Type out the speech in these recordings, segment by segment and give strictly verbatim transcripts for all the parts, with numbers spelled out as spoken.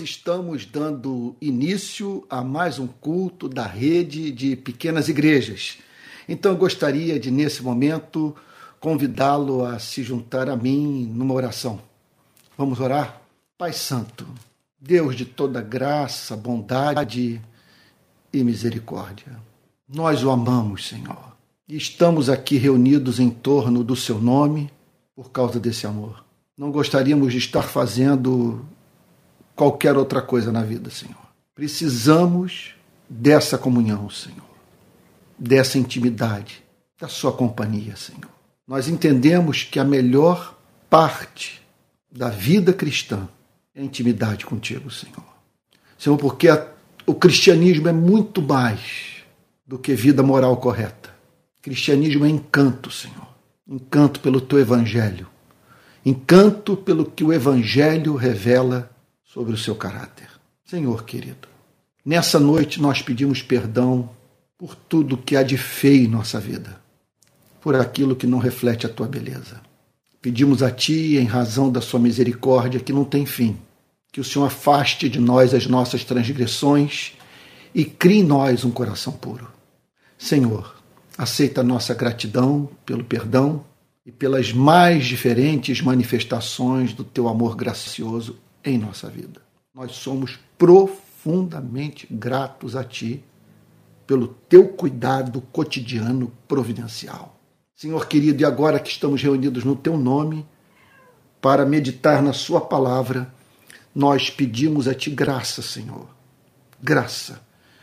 estamos dando início a mais um culto da rede de pequenas igrejas. Então eu gostaria de, nesse momento, convidá-lo a se juntar a mim numa oração. Vamos orar? Pai Santo, Deus de toda graça, bondade e misericórdia, nós o amamos, Senhor. E estamos aqui reunidos em torno do seu nome por causa desse amor. Não gostaríamos de estar fazendo qualquer outra coisa na vida, Senhor. Precisamos dessa comunhão, Senhor, dessa intimidade, da sua companhia, Senhor. Nós entendemos que a melhor parte da vida cristã é a intimidade contigo, Senhor. Senhor, porque a, o cristianismo é muito mais do que vida moral correta. Cristianismo é encanto, Senhor. Encanto pelo teu evangelho. Encanto pelo que o evangelho revela sobre o seu caráter. Senhor querido, nessa noite nós pedimos perdão por tudo que há de feio em nossa vida, por aquilo que não reflete a tua beleza. Pedimos a ti, em razão da sua misericórdia que não tem fim, que o Senhor afaste de nós as nossas transgressões e crie em nós um coração puro. Senhor, aceita a nossa gratidão pelo perdão e pelas mais diferentes manifestações do teu amor gracioso em nossa vida. Nós somos profundamente gratos a ti pelo teu cuidado cotidiano providencial. Senhor querido, e agora que estamos reunidos no teu nome para meditar na sua palavra, nós pedimos a ti graça, Senhor, graça,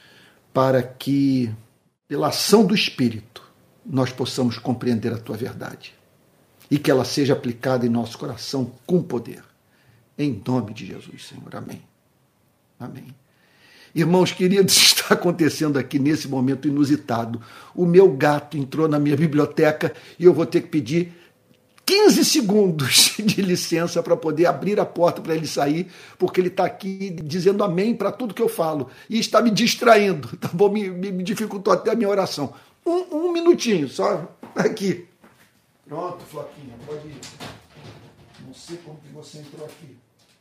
para que, pela ação do Espírito, nós possamos compreender a tua verdade e que ela seja aplicada em nosso coração com poder. Em nome de Jesus, Senhor. Amém. Amém. Irmãos queridos, está acontecendo aqui nesse momento inusitado. O meu gato entrou na minha biblioteca e eu vou ter que pedir quinze segundos de licença para poder abrir a porta para ele sair, porque ele está aqui dizendo amém para tudo que eu falo e está me distraindo, tá bom? Me, me dificultou até a minha oração. Um, um minutinho, só aqui. Pronto, Floquinha, pode ir. Não sei como que você entrou aqui.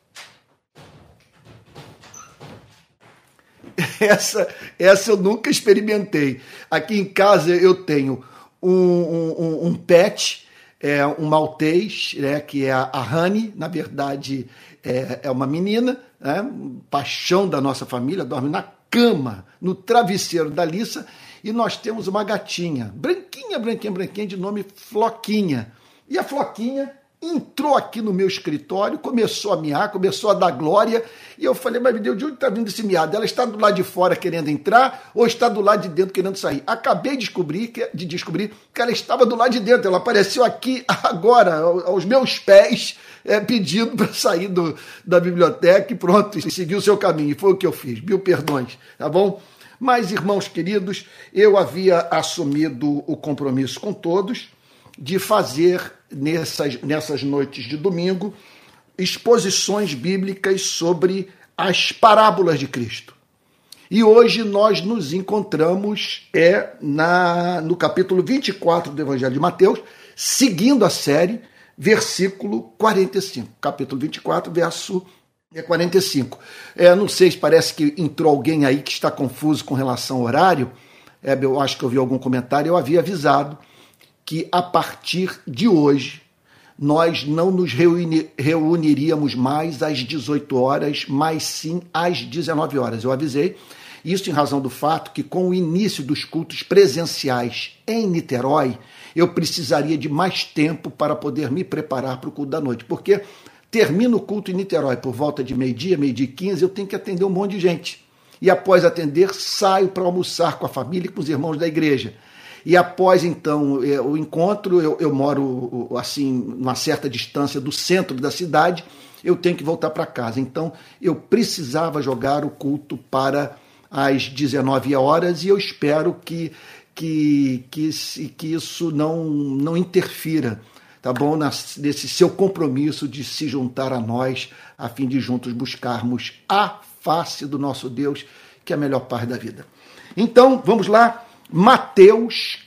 Essa, essa eu nunca experimentei. Aqui em casa eu tenho um, um, um pet, é, um maltês, né, que é a Honey. Na verdade, é, é uma menina, né, paixão da nossa família, dorme na cama, no travesseiro da Lissa. E nós temos uma gatinha, branquinha, branquinha, branquinha, de nome Floquinha. E a Floquinha entrou aqui no meu escritório, começou a miar, começou a dar glória, e eu falei, mas meu Deus, de onde está vindo esse miado? Ela está do lado de fora querendo entrar ou está do lado de dentro querendo sair? Acabei de descobrir que, de descobrir que ela estava do lado de dentro, ela apareceu aqui agora, aos meus pés, é, pedindo para sair do, da biblioteca e pronto, e seguiu o seu caminho, e foi o que eu fiz, mil perdões, tá bom? Mas, irmãos queridos, eu havia assumido o compromisso com todos de fazer, nessas, nessas noites de domingo, exposições bíblicas sobre as parábolas de Cristo. E hoje nós nos encontramos é, na, no capítulo vinte e quatro do Evangelho de Mateus, seguindo a série, versículo quarenta e cinco. Capítulo vinte e quatro, verso quarenta e cinco. É, não sei se parece que entrou alguém aí que está confuso com relação ao horário. É, eu acho que eu vi algum comentário. Eu havia avisado que a partir de hoje nós não nos reuni- reuniríamos mais às dezoito horas, mas sim às dezenove horas. Eu avisei isso em razão do fato que com o início dos cultos presenciais em Niterói, eu precisaria de mais tempo para poder me preparar para o culto da noite, porque termino o culto em Niterói por volta de meio-dia, meio-dia e quinze, eu tenho que atender um monte de gente. E após atender, saio para almoçar com a família e com os irmãos da igreja. E após, então, o encontro, eu, eu moro, assim, numa certa distância do centro da cidade, eu tenho que voltar para casa. Então, eu precisava jogar o culto para as dezenove horas e eu espero que, que, que, que isso não, não interfira, tá bom, nesse seu compromisso de se juntar a nós, a fim de juntos buscarmos a face do nosso Deus, que é a melhor parte da vida. Então, vamos lá. Mateus,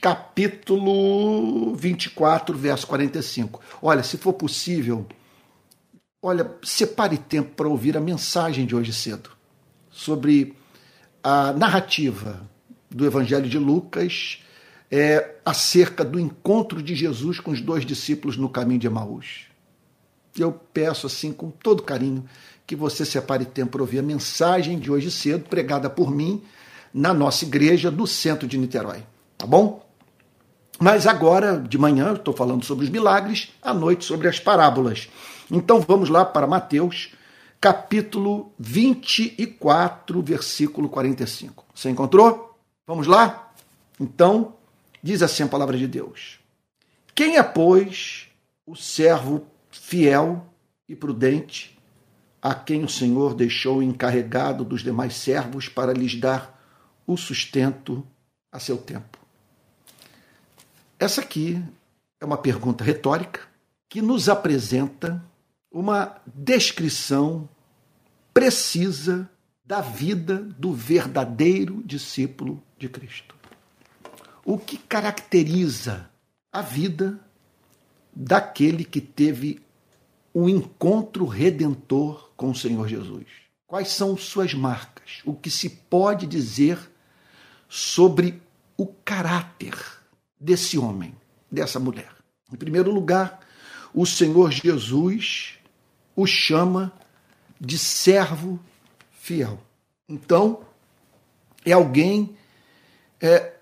capítulo vinte e quatro, verso quarenta e cinco. Olha, se for possível, olha, separe tempo para ouvir a mensagem de hoje cedo, sobre a narrativa do Evangelho de Lucas, é, acerca do encontro de Jesus com os dois discípulos no caminho de Emaús. Eu peço, assim, com todo carinho, que você separe tempo para ouvir a mensagem de hoje cedo, pregada por mim, na nossa igreja do centro de Niterói. Tá bom? Mas agora, de manhã, eu estou falando sobre os milagres, à noite sobre as parábolas. Então vamos lá para Mateus, capítulo vinte e quatro, versículo quarenta e cinco. Você encontrou? Vamos lá? Então, diz assim a palavra de Deus. Quem é, pois, o servo fiel e prudente, a quem o Senhor deixou encarregado dos demais servos para lhes dar o sustento a seu tempo? Essa aqui é uma pergunta retórica que nos apresenta uma descrição precisa da vida do verdadeiro discípulo de Cristo. O que caracteriza a vida daquele que teve um encontro redentor com o Senhor Jesus? Quais são suas marcas? O que se pode dizer sobre o caráter desse homem, dessa mulher? Em primeiro lugar, o Senhor Jesus o chama de servo fiel. Então, é alguém é,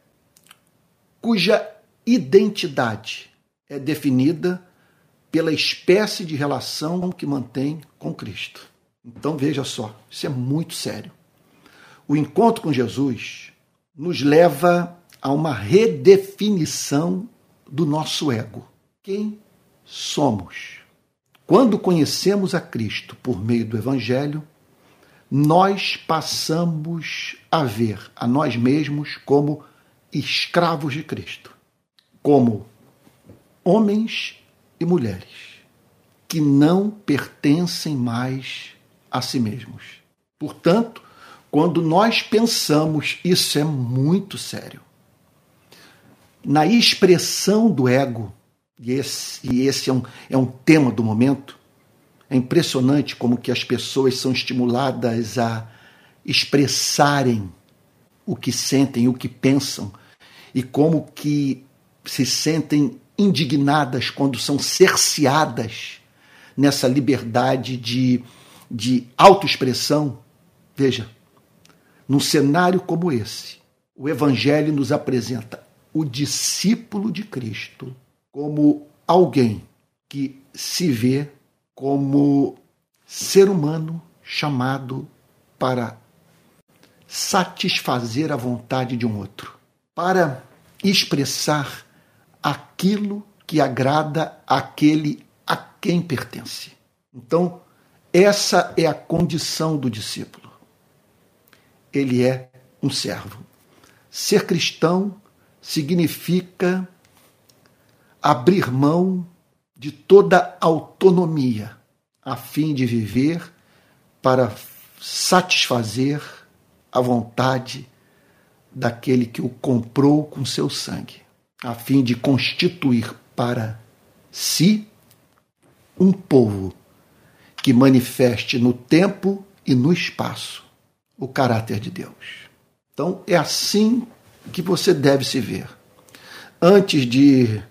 cuja identidade é definida pela espécie de relação que mantém com Cristo. Então, veja só, isso é muito sério. O encontro com Jesus nos leva a uma redefinição do nosso ego. Quem somos? Quando conhecemos a Cristo por meio do Evangelho, nós passamos a ver a nós mesmos como escravos de Cristo, como homens e mulheres que não pertencem mais a si mesmos. Portanto, quando nós pensamos, isso é muito sério, na expressão do ego, e esse, e esse é, um, é um tema do momento, é impressionante como que as pessoas são estimuladas a expressarem o que sentem, o que pensam, e como que se sentem indignadas quando são cerceadas nessa liberdade de, de autoexpressão. Veja, num cenário como esse, o Evangelho nos apresenta o discípulo de Cristo como alguém que se vê como ser humano chamado para satisfazer a vontade de um outro, para expressar aquilo que agrada àquele a quem pertence. Então, essa é a condição do discípulo. Ele é um servo. Ser cristão significa abrir mão de toda autonomia, a fim de viver para satisfazer a vontade daquele que o comprou com seu sangue, a fim de constituir para si um povo que manifeste no tempo e no espaço o caráter de Deus. Então, é assim que você deve se ver. Antes de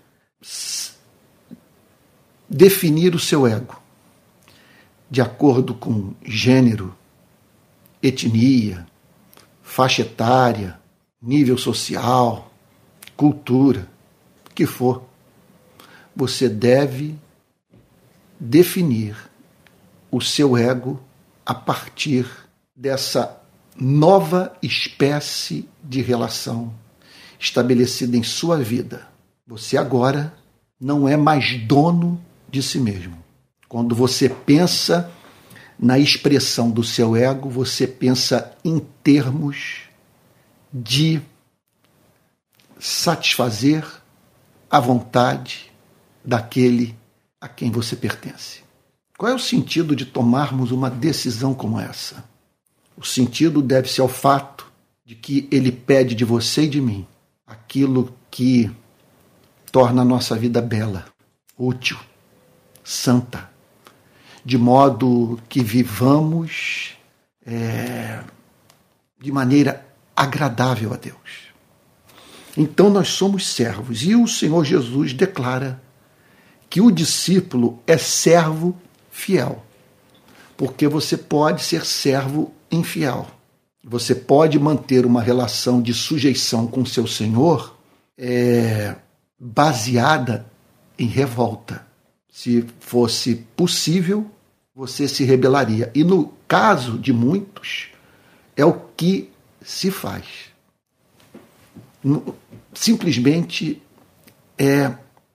definir o seu ego de acordo com gênero, etnia, faixa etária, nível social, cultura, o que for, você deve definir o seu ego a partir dessa nova espécie de relação estabelecida em sua vida. Você agora não é mais dono de si mesmo. Quando você pensa na expressão do seu ego, você pensa em termos de satisfazer a vontade daquele a quem você pertence. Qual é o sentido de tomarmos uma decisão como essa? O sentido deve-se ao fato de que ele pede de você e de mim aquilo que torna a nossa vida bela, útil, santa, de modo que vivamos é, de maneira agradável a Deus. Então nós somos servos, e o Senhor Jesus declara que o discípulo é servo fiel, porque você pode ser servo infiel. Você pode manter uma relação de sujeição com seu Senhor é, baseada em revolta. Se fosse possível, você se rebelaria. E no caso de muitos, é o que se faz. Simplesmente é,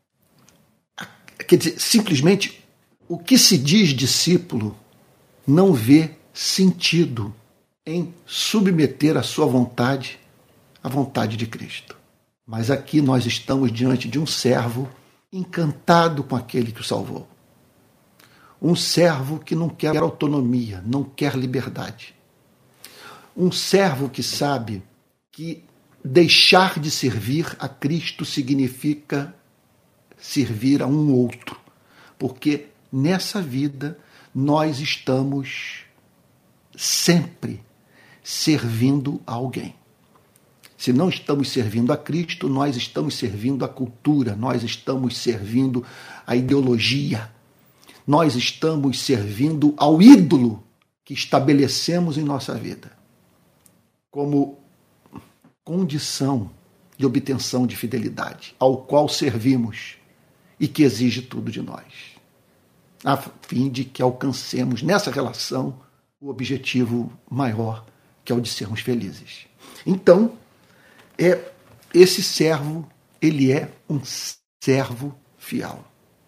quer dizer, simplesmente o que se diz discípulo não vê sentido em submeter a sua vontade à vontade de Cristo. Mas aqui nós estamos diante de um servo encantado com aquele que o salvou. Um servo que não quer autonomia, não quer liberdade. Um servo que sabe que deixar de servir a Cristo significa servir a um outro, porque nessa vida nós estamos sempre servindo a alguém. Se não estamos servindo a Cristo, nós estamos servindo a cultura, nós estamos servindo a ideologia, nós estamos servindo ao ídolo que estabelecemos em nossa vida como condição de obtenção de fidelidade, ao qual servimos e que exige tudo de nós, a fim de que alcancemos nessa relação o objetivo maior, que é o de sermos felizes. Então, é, esse servo, ele é um servo fiel.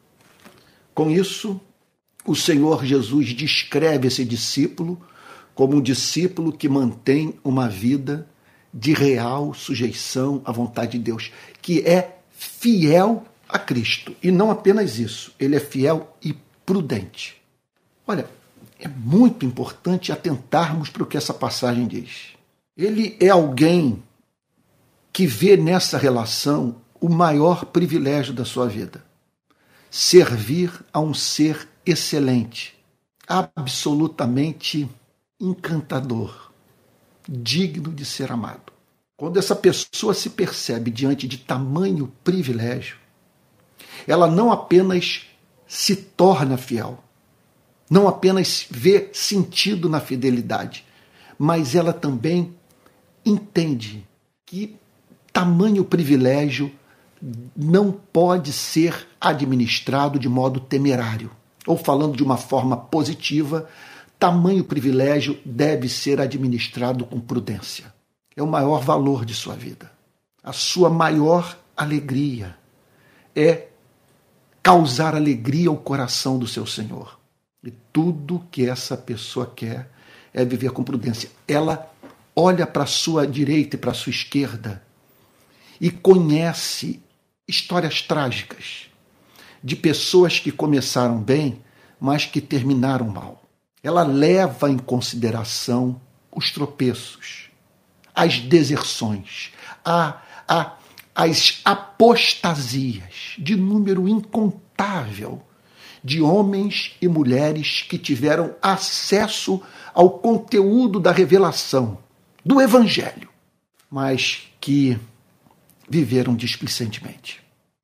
Com isso, o Senhor Jesus descreve esse discípulo como um discípulo que mantém uma vida de real sujeição à vontade de Deus, que é fiel a Cristo. E não apenas isso, ele é fiel e prudente. Olha, é muito importante atentarmos para o que essa passagem diz. Ele é alguém que vê nessa relação o maior privilégio da sua vida: servir a um ser excelente, absolutamente encantador, digno de ser amado. Quando essa pessoa se percebe diante de tamanho privilégio, ela não apenas se torna fiel, não apenas vê sentido na fidelidade, mas ela também entende que tamanho privilégio não pode ser administrado de modo temerário. Ou falando de uma forma positiva, tamanho privilégio deve ser administrado com prudência. É o maior valor de sua vida. A sua maior alegria é causar alegria ao coração do seu Senhor. E tudo que essa pessoa quer é viver com prudência. Ela olha para a sua direita e para a sua esquerda e conhece histórias trágicas de pessoas que começaram bem, mas que terminaram mal. Ela leva em consideração os tropeços, as deserções, a, a, as apostasias de número incontável de homens e mulheres que tiveram acesso ao conteúdo da revelação, do Evangelho, mas que viveram displicentemente.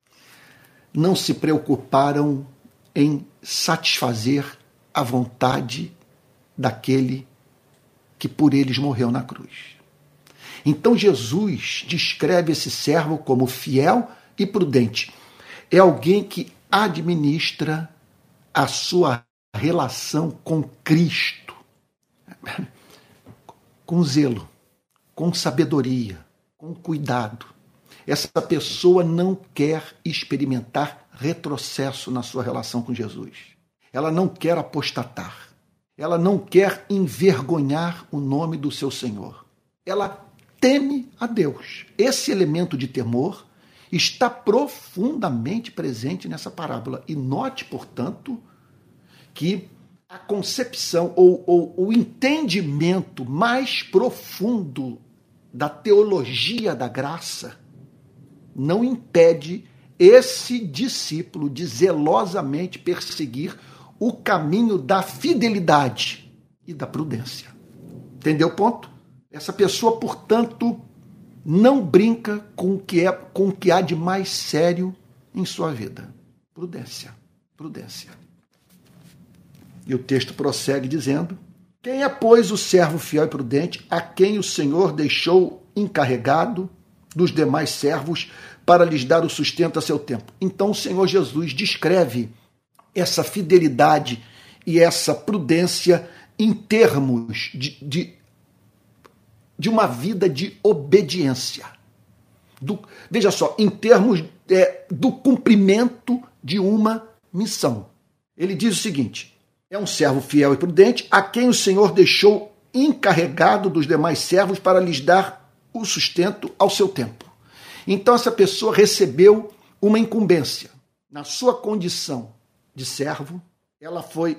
Não se preocuparam em satisfazer a vontade daquele que por eles morreu na cruz. Então Jesus descreve esse servo como fiel e prudente. É alguém que administra a sua relação com Cristo com zelo, com sabedoria, com cuidado. Essa pessoa não quer experimentar retrocesso na sua relação com Jesus. Ela não quer apostatar. Ela não quer envergonhar o nome do seu Senhor. Ela teme a Deus. Esse elemento de temor está profundamente presente nessa parábola. E note, portanto, que a concepção ou, ou o entendimento mais profundo da teologia da graça não impede esse discípulo de zelosamente perseguir o caminho da fidelidade e da prudência. Entendeu o ponto? Essa pessoa, portanto, não brinca com o que é, com o que há de mais sério em sua vida. Prudência, prudência. E o texto prossegue dizendo: quem é, pois, o servo fiel e prudente, a quem o Senhor deixou encarregado dos demais servos para lhes dar o sustento a seu tempo? Então o Senhor Jesus descreve essa fidelidade e essa prudência em termos de, de, de uma vida de obediência. Do, veja só, em termos é, do cumprimento de uma missão. Ele diz o seguinte: é um servo fiel e prudente, a quem o Senhor deixou encarregado dos demais servos para lhes dar o sustento ao seu tempo. Então essa pessoa recebeu uma incumbência. Na sua condição de servo, ela foi,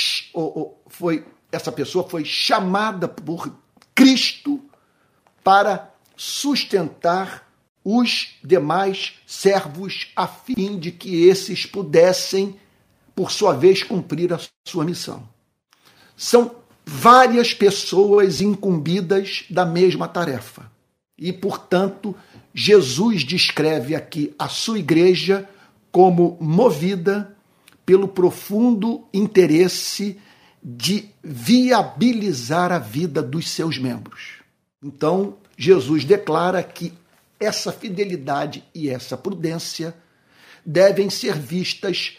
foi essa pessoa foi chamada por Cristo para sustentar os demais servos a fim de que esses pudessem, por sua vez, cumprir a sua missão. São várias pessoas incumbidas da mesma tarefa. E, portanto, Jesus descreve aqui a sua igreja como movida pelo profundo interesse de viabilizar a vida dos seus membros. Então, Jesus declara que essa fidelidade e essa prudência devem ser vistas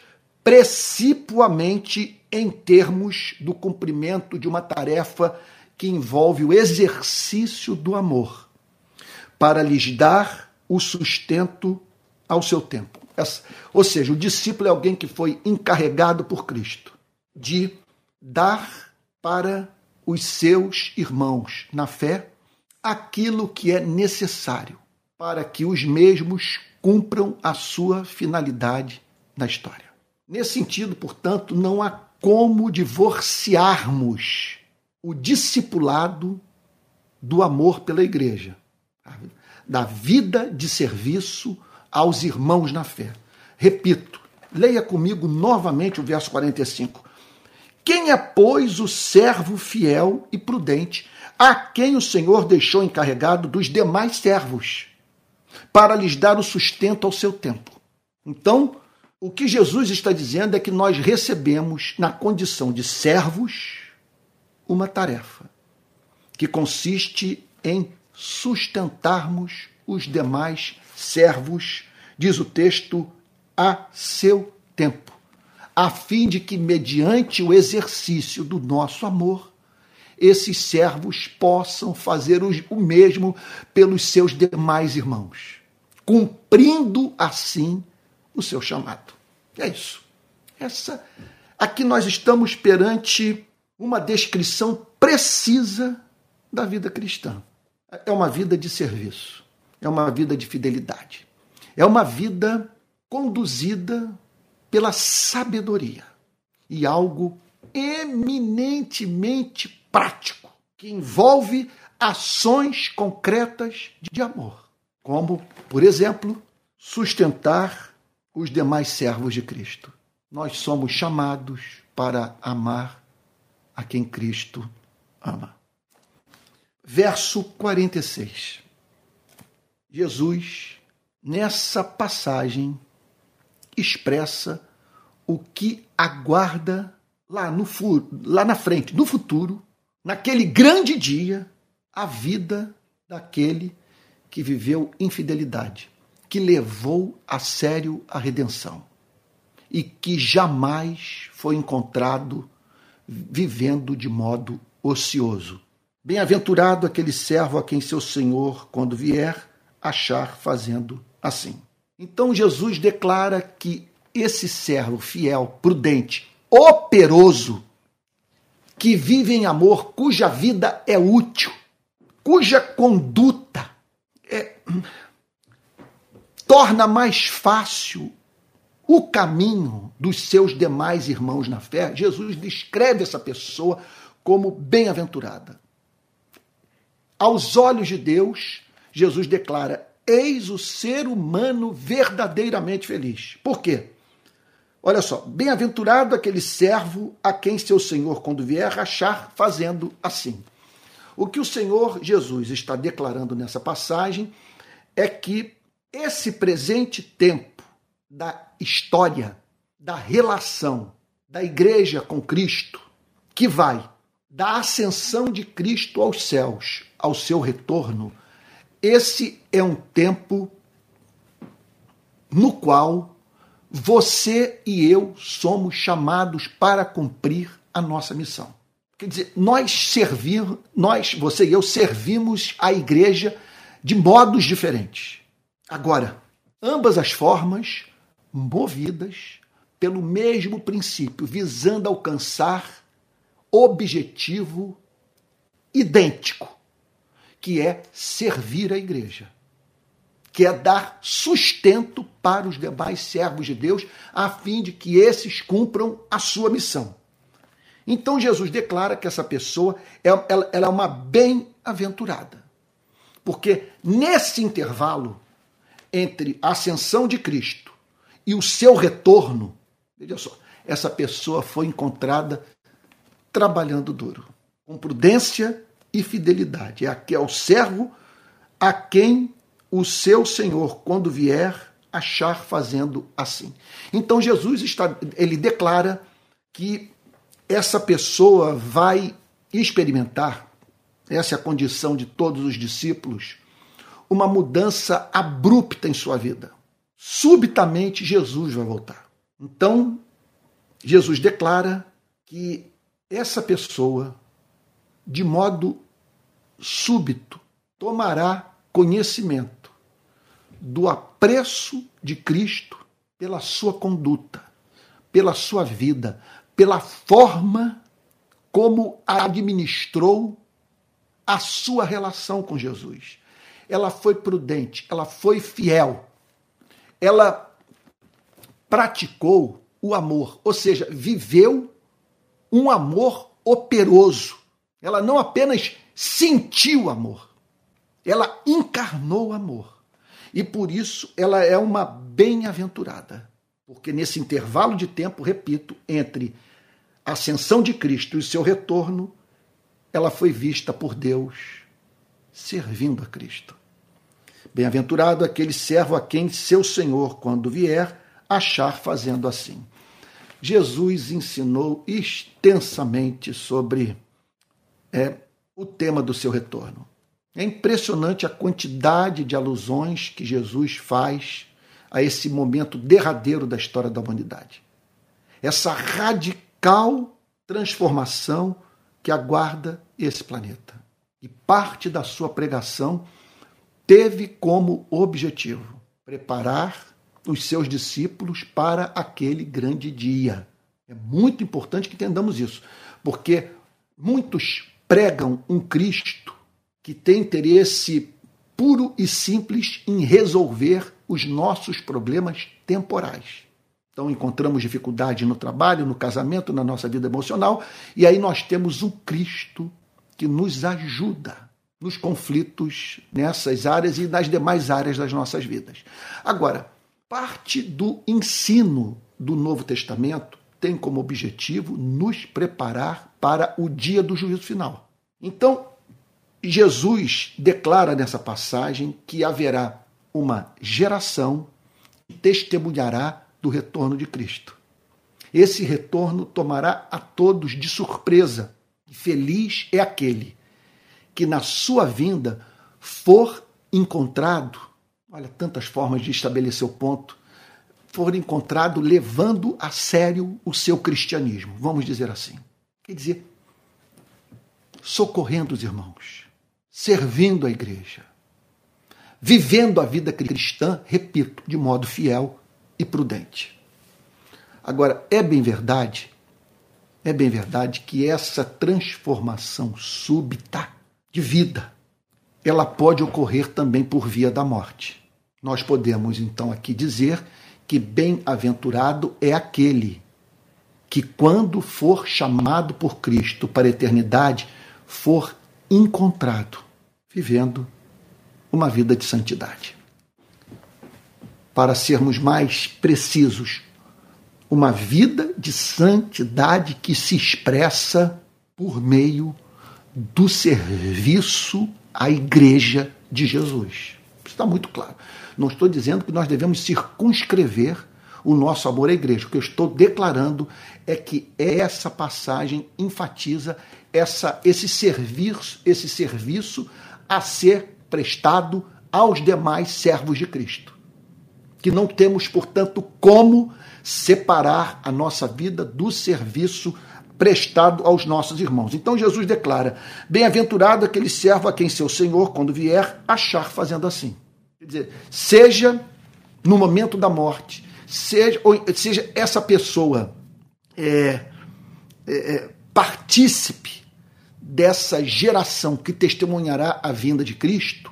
precipuamente em termos do cumprimento de uma tarefa que envolve o exercício do amor, para lhes dar o sustento ao seu tempo. Essa, ou seja, o discípulo é alguém que foi encarregado por Cristo de dar para os seus irmãos na fé aquilo que é necessário para que os mesmos cumpram a sua finalidade na história. Nesse sentido, portanto, não há como divorciarmos o discipulado do amor pela igreja, da vida de serviço aos irmãos na fé. Repito, leia comigo novamente o verso quarenta e cinco. Quem é, pois, o servo fiel e prudente, a quem o Senhor deixou encarregado dos demais servos, para lhes dar o sustento ao seu tempo? Então, o que Jesus está dizendo é que nós recebemos, na condição de servos, uma tarefa que consiste em sustentarmos os demais servos, diz o texto, a seu tempo, a fim de que, mediante o exercício do nosso amor, esses servos possam fazer o mesmo pelos seus demais irmãos, cumprindo assim o seu chamado. É isso. Essa, aqui nós estamos perante uma descrição precisa da vida cristã. É uma vida de serviço, é uma vida de fidelidade, é uma vida conduzida pela sabedoria e algo eminentemente prático, que envolve ações concretas de amor, como, por exemplo, sustentar os demais servos de Cristo. Nós somos chamados para amar a quem Cristo ama. Verso quarenta e seis. Jesus, nessa passagem, expressa o que aguarda lá, no, lá na frente, no futuro, naquele grande dia, a vida daquele que viveu infidelidade, que levou a sério a redenção e que jamais foi encontrado vivendo de modo ocioso. Bem-aventurado aquele servo a quem seu senhor, quando vier, achar fazendo assim. Então Jesus declara que esse servo fiel, prudente, operoso, que vive em amor, cuja vida é útil, cuja conduta é, torna mais fácil o caminho dos seus demais irmãos na fé, Jesus descreve essa pessoa como bem-aventurada. Aos olhos de Deus, Jesus declara: eis o ser humano verdadeiramente feliz. Por quê? Olha só, bem-aventurado aquele servo a quem seu senhor, quando vier, achar fazendo assim. O que o Senhor Jesus está declarando nessa passagem é que esse presente tempo da história, da relação da igreja com Cristo, que vai da ascensão de Cristo aos céus, ao seu retorno, esse é um tempo no qual você e eu somos chamados para cumprir a nossa missão. Quer dizer, nós servimos, nós, você e eu, servimos a igreja de modos diferentes. Agora, ambas as formas movidas pelo mesmo princípio, visando alcançar objetivo idêntico, que é servir a igreja, que é dar sustento para os demais servos de Deus, a fim de que esses cumpram a sua missão. Então Jesus declara que essa pessoa é, ela, ela é uma bem-aventurada, porque nesse intervalo entre a ascensão de Cristo e o seu retorno, veja só, essa pessoa foi encontrada trabalhando duro, com prudência e fidelidade. É aqui é o servo a quem o seu Senhor, quando vier, achar fazendo assim. Então Jesus está, ele declara que essa pessoa vai experimentar, essa é a condição de todos os discípulos, uma mudança abrupta em sua vida. Subitamente Jesus vai voltar. Então, Jesus declara que essa pessoa, de modo súbito, tomará conhecimento do apreço de Cristo pela sua conduta, pela sua vida, pela forma como administrou a sua relação com Jesus. Ela foi prudente, ela foi fiel, ela praticou o amor, ou seja, viveu um amor operoso. Ela não apenas sentiu amor, ela encarnou o amor. E por isso ela é uma bem-aventurada. Porque nesse intervalo de tempo, repito, entre a ascensão de Cristo e o seu retorno, ela foi vista por Deus servindo a Cristo. Bem-aventurado aquele servo a quem seu Senhor, quando vier, achar fazendo assim. Jesus ensinou extensamente sobre é, o tema do seu retorno. É impressionante a quantidade de alusões que Jesus faz a esse momento derradeiro da história da humanidade. Essa radical transformação que aguarda esse planeta. E parte da sua pregação teve como objetivo preparar os seus discípulos para aquele grande dia. É muito importante que entendamos isso, porque muitos pregam um Cristo que tem interesse puro e simples em resolver os nossos problemas temporais. Então encontramos dificuldade no trabalho, no casamento, na nossa vida emocional, e aí nós temos um Cristo que nos ajuda nos conflitos nessas áreas e nas demais áreas das nossas vidas. Agora, parte do ensino do Novo Testamento tem como objetivo nos preparar para o dia do juízo final. Então, Jesus declara nessa passagem que haverá uma geração que testemunhará do retorno de Cristo. Esse retorno tomará a todos de surpresa. Feliz é aquele que na sua vinda for encontrado, olha, tantas formas de estabelecer o ponto, for encontrado levando a sério o seu cristianismo, vamos dizer assim. Quer dizer, socorrendo os irmãos, servindo a igreja, vivendo a vida cristã, repito, de modo fiel e prudente. Agora, é bem verdade, é bem verdade que essa transformação súbita de vida, ela pode ocorrer também por via da morte. Nós podemos, então, aqui dizer que bem-aventurado é aquele que, quando for chamado por Cristo para a eternidade, for encontrado vivendo uma vida de santidade. Para sermos mais precisos, uma vida de santidade que se expressa por meio do serviço à igreja de Jesus. Isso está muito claro. Não estou dizendo que nós devemos circunscrever o nosso amor à igreja. O que eu estou declarando é que essa passagem enfatiza essa, esse serviço, esse serviço a ser prestado aos demais servos de Cristo. Que não temos, portanto, como separar a nossa vida do serviço prestado aos nossos irmãos. Então Jesus declara: bem-aventurado aquele servo a quem seu Senhor, quando vier, achar fazendo assim. Quer dizer, seja no momento da morte, seja, ou seja essa pessoa é, é, partícipe dessa geração que testemunhará a vinda de Cristo,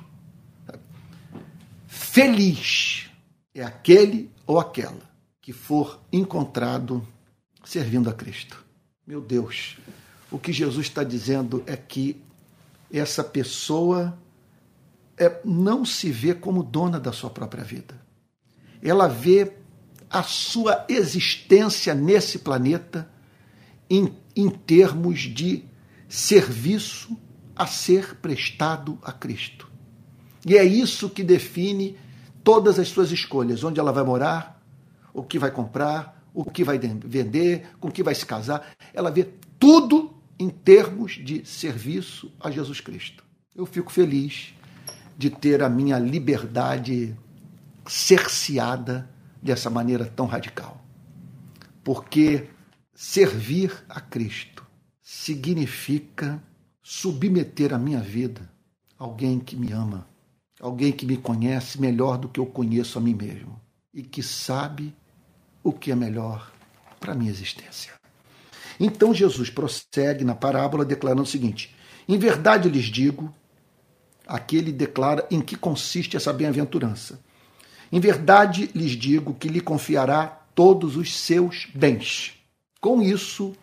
feliz é aquele ou aquela que for encontrado servindo a Cristo. Meu Deus, o que Jesus está dizendo é que essa pessoa é, não se vê como dona da sua própria vida. Ela vê a sua existência nesse planeta em, em termos de serviço a ser prestado a Cristo. E é isso que define todas as suas escolhas, onde ela vai morar, o que vai comprar, o que vai vender, com o que vai se casar. Ela vê tudo em termos de serviço a Jesus Cristo. Eu fico feliz de ter a minha liberdade cerceada dessa maneira tão radical. Porque servir a Cristo significa submeter a minha vida a alguém que me ama, alguém que me conhece melhor do que eu conheço a mim mesmo e que sabe o que é melhor para a minha existência. Então Jesus prossegue na parábola declarando o seguinte: em verdade lhes digo, aqui ele declara em que consiste essa bem-aventurança. Em verdade lhes digo que lhe confiará todos os seus bens. Com isso,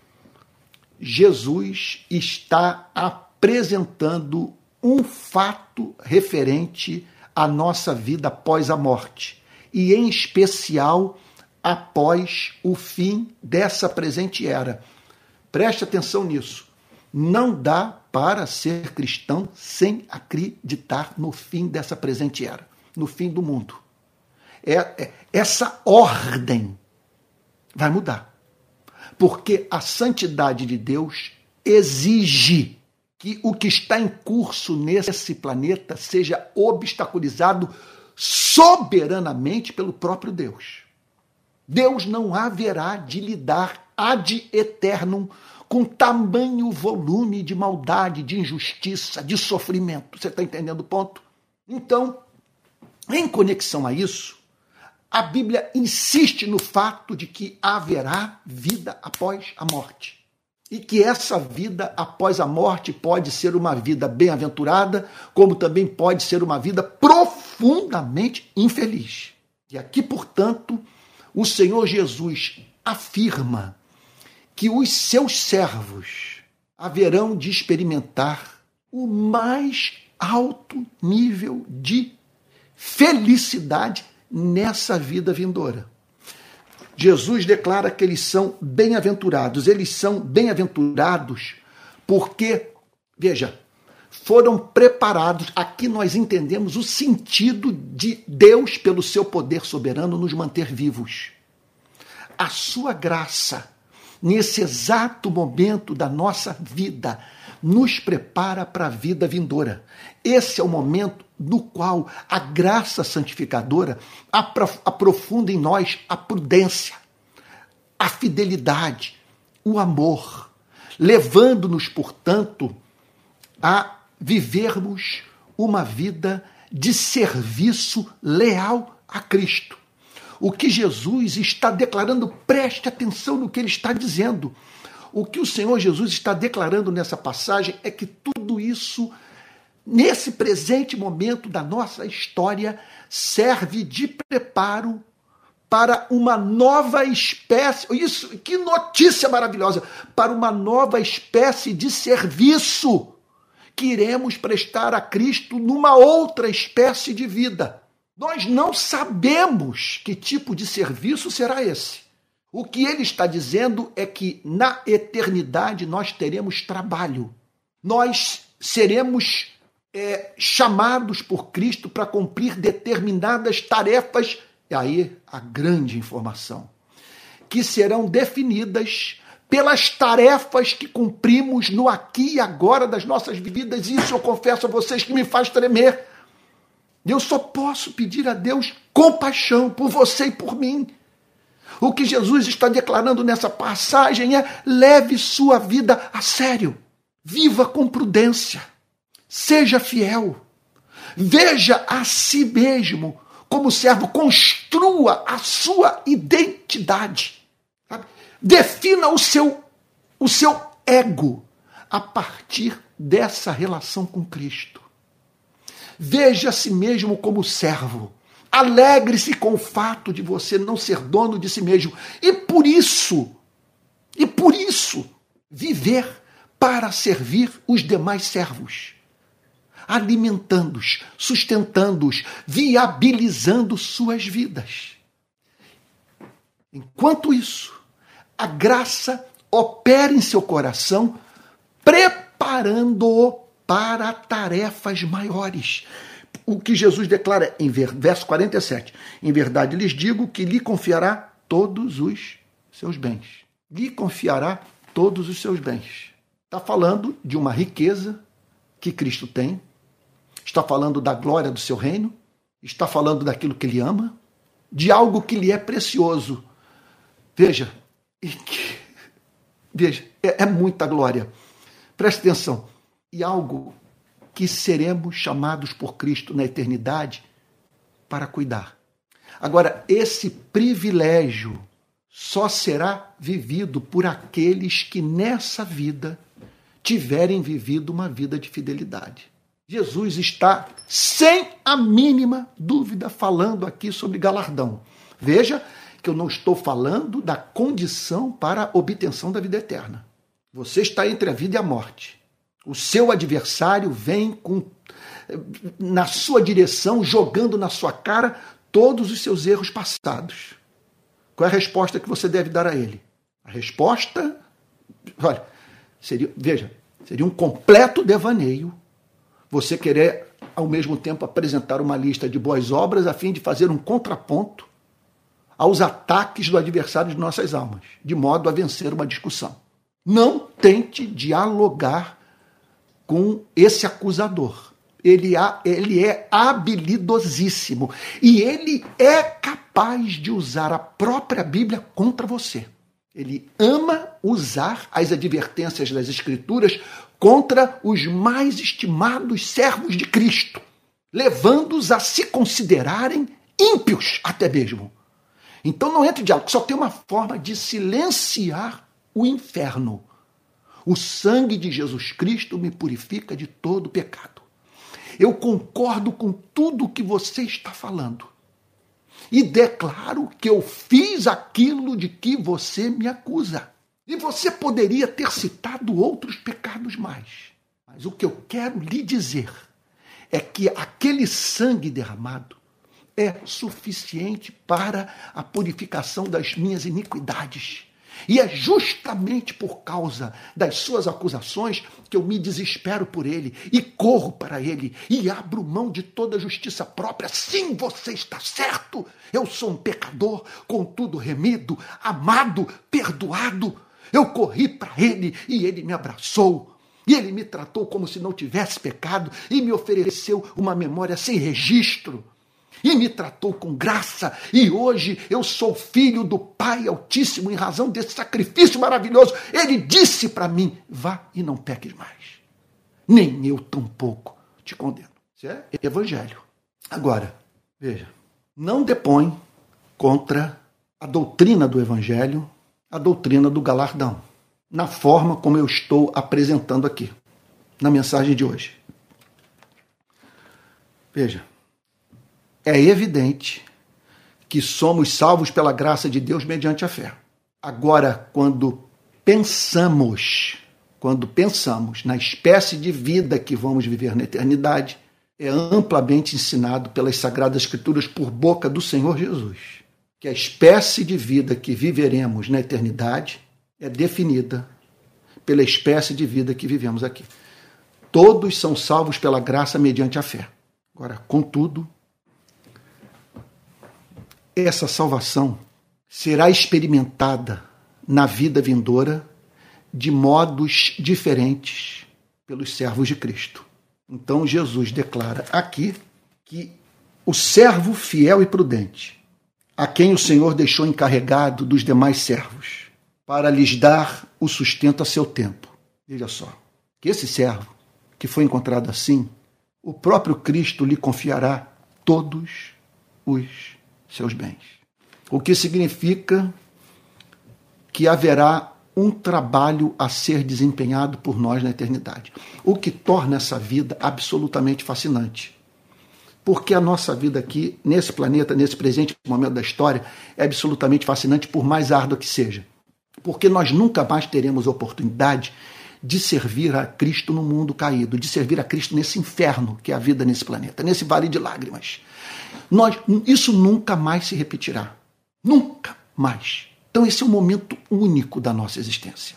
Jesus está apresentando um fato referente à nossa vida após a morte, e em especial após o fim dessa presente era. Preste atenção nisso. Não dá para ser cristão sem acreditar no fim dessa presente era, no fim do mundo. É, é, essa ordem vai mudar, porque a santidade de Deus exige que o que está em curso nesse planeta seja obstaculizado soberanamente pelo próprio Deus. Deus não haverá de lidar ad eternum com tamanho volume de maldade, de injustiça, de sofrimento. Você está entendendo o ponto? Então, em conexão a isso, a Bíblia insiste no fato de que haverá vida após a morte. E que essa vida após a morte pode ser uma vida bem-aventurada, como também pode ser uma vida profundamente infeliz. E aqui, portanto, o Senhor Jesus afirma que os seus servos haverão de experimentar o mais alto nível de felicidade nessa vida vindoura. Jesus declara que eles são bem-aventurados. Eles são bem-aventurados porque, veja, foram preparados. Aqui nós entendemos o sentido de Deus, pelo seu poder soberano, nos manter vivos. A sua graça, nesse exato momento da nossa vida, nos prepara para a vida vindoura. Esse é o momento no qual a graça santificadora aprofunda em nós a prudência, a fidelidade, o amor, levando-nos, portanto, a vivermos uma vida de serviço leal a Cristo. O que Jesus está declarando, preste atenção no que ele está dizendo. O que o Senhor Jesus está declarando nessa passagem é que tudo isso, nesse presente momento da nossa história, serve de preparo para uma nova espécie, isso, que notícia maravilhosa, para uma nova espécie de serviço que iremos prestar a Cristo numa outra espécie de vida. Nós não sabemos que tipo de serviço será esse. O que ele está dizendo é que na eternidade nós teremos trabalho. Nós seremos é, chamados por Cristo para cumprir determinadas tarefas, e aí a grande informação, que serão definidas pelas tarefas que cumprimos no aqui e agora das nossas vidas. Isso eu confesso a vocês que me faz tremer. Eu só posso pedir a Deus compaixão por você e por mim. O que Jesus está declarando nessa passagem é: leve sua vida a sério. Viva com prudência. Seja fiel. Veja a si mesmo como servo. Construa a sua identidade. Sabe? Defina o seu, o seu ego a partir dessa relação com Cristo. Veja a si mesmo como servo. Alegre-se com o fato de você não ser dono de si mesmo. E por isso, e por isso, viver para servir os demais servos. Alimentando-os, sustentando-os, viabilizando suas vidas. Enquanto isso, a graça opera em seu coração, preparando-o para tarefas maiores. O que Jesus declara em verso quarenta e sete. Em verdade lhes digo que lhe confiará todos os seus bens. Lhe confiará todos os seus bens. Está falando de uma riqueza que Cristo tem. Está falando da glória do seu reino. Está falando daquilo que ele ama. De algo que lhe é precioso. Veja, veja, é, é muita glória. Preste atenção. E algo que seremos chamados por Cristo na eternidade para cuidar. Agora, esse privilégio só será vivido por aqueles que nessa vida tiverem vivido uma vida de fidelidade. Jesus está, sem a mínima dúvida, falando aqui sobre galardão. Veja que eu não estou falando da condição para a obtenção da vida eterna. Você está entre a vida e a morte. O seu adversário vem com, na sua direção, jogando na sua cara todos os seus erros passados. Qual é a resposta que você deve dar a ele? A resposta, olha, seria, veja, seria um completo devaneio você querer, ao mesmo tempo, apresentar uma lista de boas obras a fim de fazer um contraponto aos ataques do adversário de nossas almas, de modo a vencer uma discussão. Não tente dialogar com esse acusador. Ele, ele é habilidosíssimo e ele é capaz de usar a própria Bíblia contra você. Ele ama usar as advertências das Escrituras contra os mais estimados servos de Cristo, levando-os a se considerarem ímpios até mesmo. Então não entre em diálogo, só tem uma forma de silenciar o inferno. O sangue de Jesus Cristo me purifica de todo pecado. Eu concordo com tudo que você está falando. E declaro que eu fiz aquilo de que você me acusa. E você poderia ter citado outros pecados mais. Mas o que eu quero lhe dizer é que aquele sangue derramado é suficiente para a purificação das minhas iniquidades. E é justamente por causa das suas acusações que eu me desespero por ele e corro para ele e abro mão de toda a justiça própria. Sim, você está certo. Eu sou um pecador, contudo remido, amado, perdoado. Eu corri para ele e ele me abraçou. E ele me tratou como se não tivesse pecado e me ofereceu uma memória sem registro. E me tratou com graça, e hoje eu sou filho do Pai Altíssimo em razão desse sacrifício maravilhoso. Ele disse para mim, vá e não peques mais. Nem eu tampouco te condeno. Isso é evangelho. Agora, veja, não depõe contra a doutrina do evangelho, a doutrina do galardão, na forma como eu estou apresentando aqui, na mensagem de hoje. Veja, é evidente que somos salvos pela graça de Deus mediante a fé. Agora, quando pensamos, quando pensamos na espécie de vida que vamos viver na eternidade, é amplamente ensinado pelas Sagradas Escrituras por boca do Senhor Jesus. que a espécie de vida que viveremos na eternidade é definida pela espécie de vida que vivemos aqui. Todos são salvos pela graça mediante a fé. Agora, contudo, essa salvação será experimentada na vida vindoura de modos diferentes pelos servos de Cristo. Então Jesus declara aqui que o servo fiel e prudente, a quem o Senhor deixou encarregado dos demais servos, para lhes dar o sustento a seu tempo. Veja só, que esse servo, que foi encontrado assim, o próprio Cristo lhe confiará todos os seus bens. O que significa que haverá um trabalho a ser desempenhado por nós na eternidade. O que torna essa vida absolutamente fascinante. Porque a nossa vida aqui, nesse planeta, nesse presente momento da história, é absolutamente fascinante, por mais árdua que seja. Porque nós nunca mais teremos oportunidade de servir a Cristo no mundo caído, de servir a Cristo nesse inferno que é a vida nesse planeta, nesse vale de lágrimas. Nós, isso nunca mais se repetirá. Nunca mais. Então esse é um momento único da nossa existência.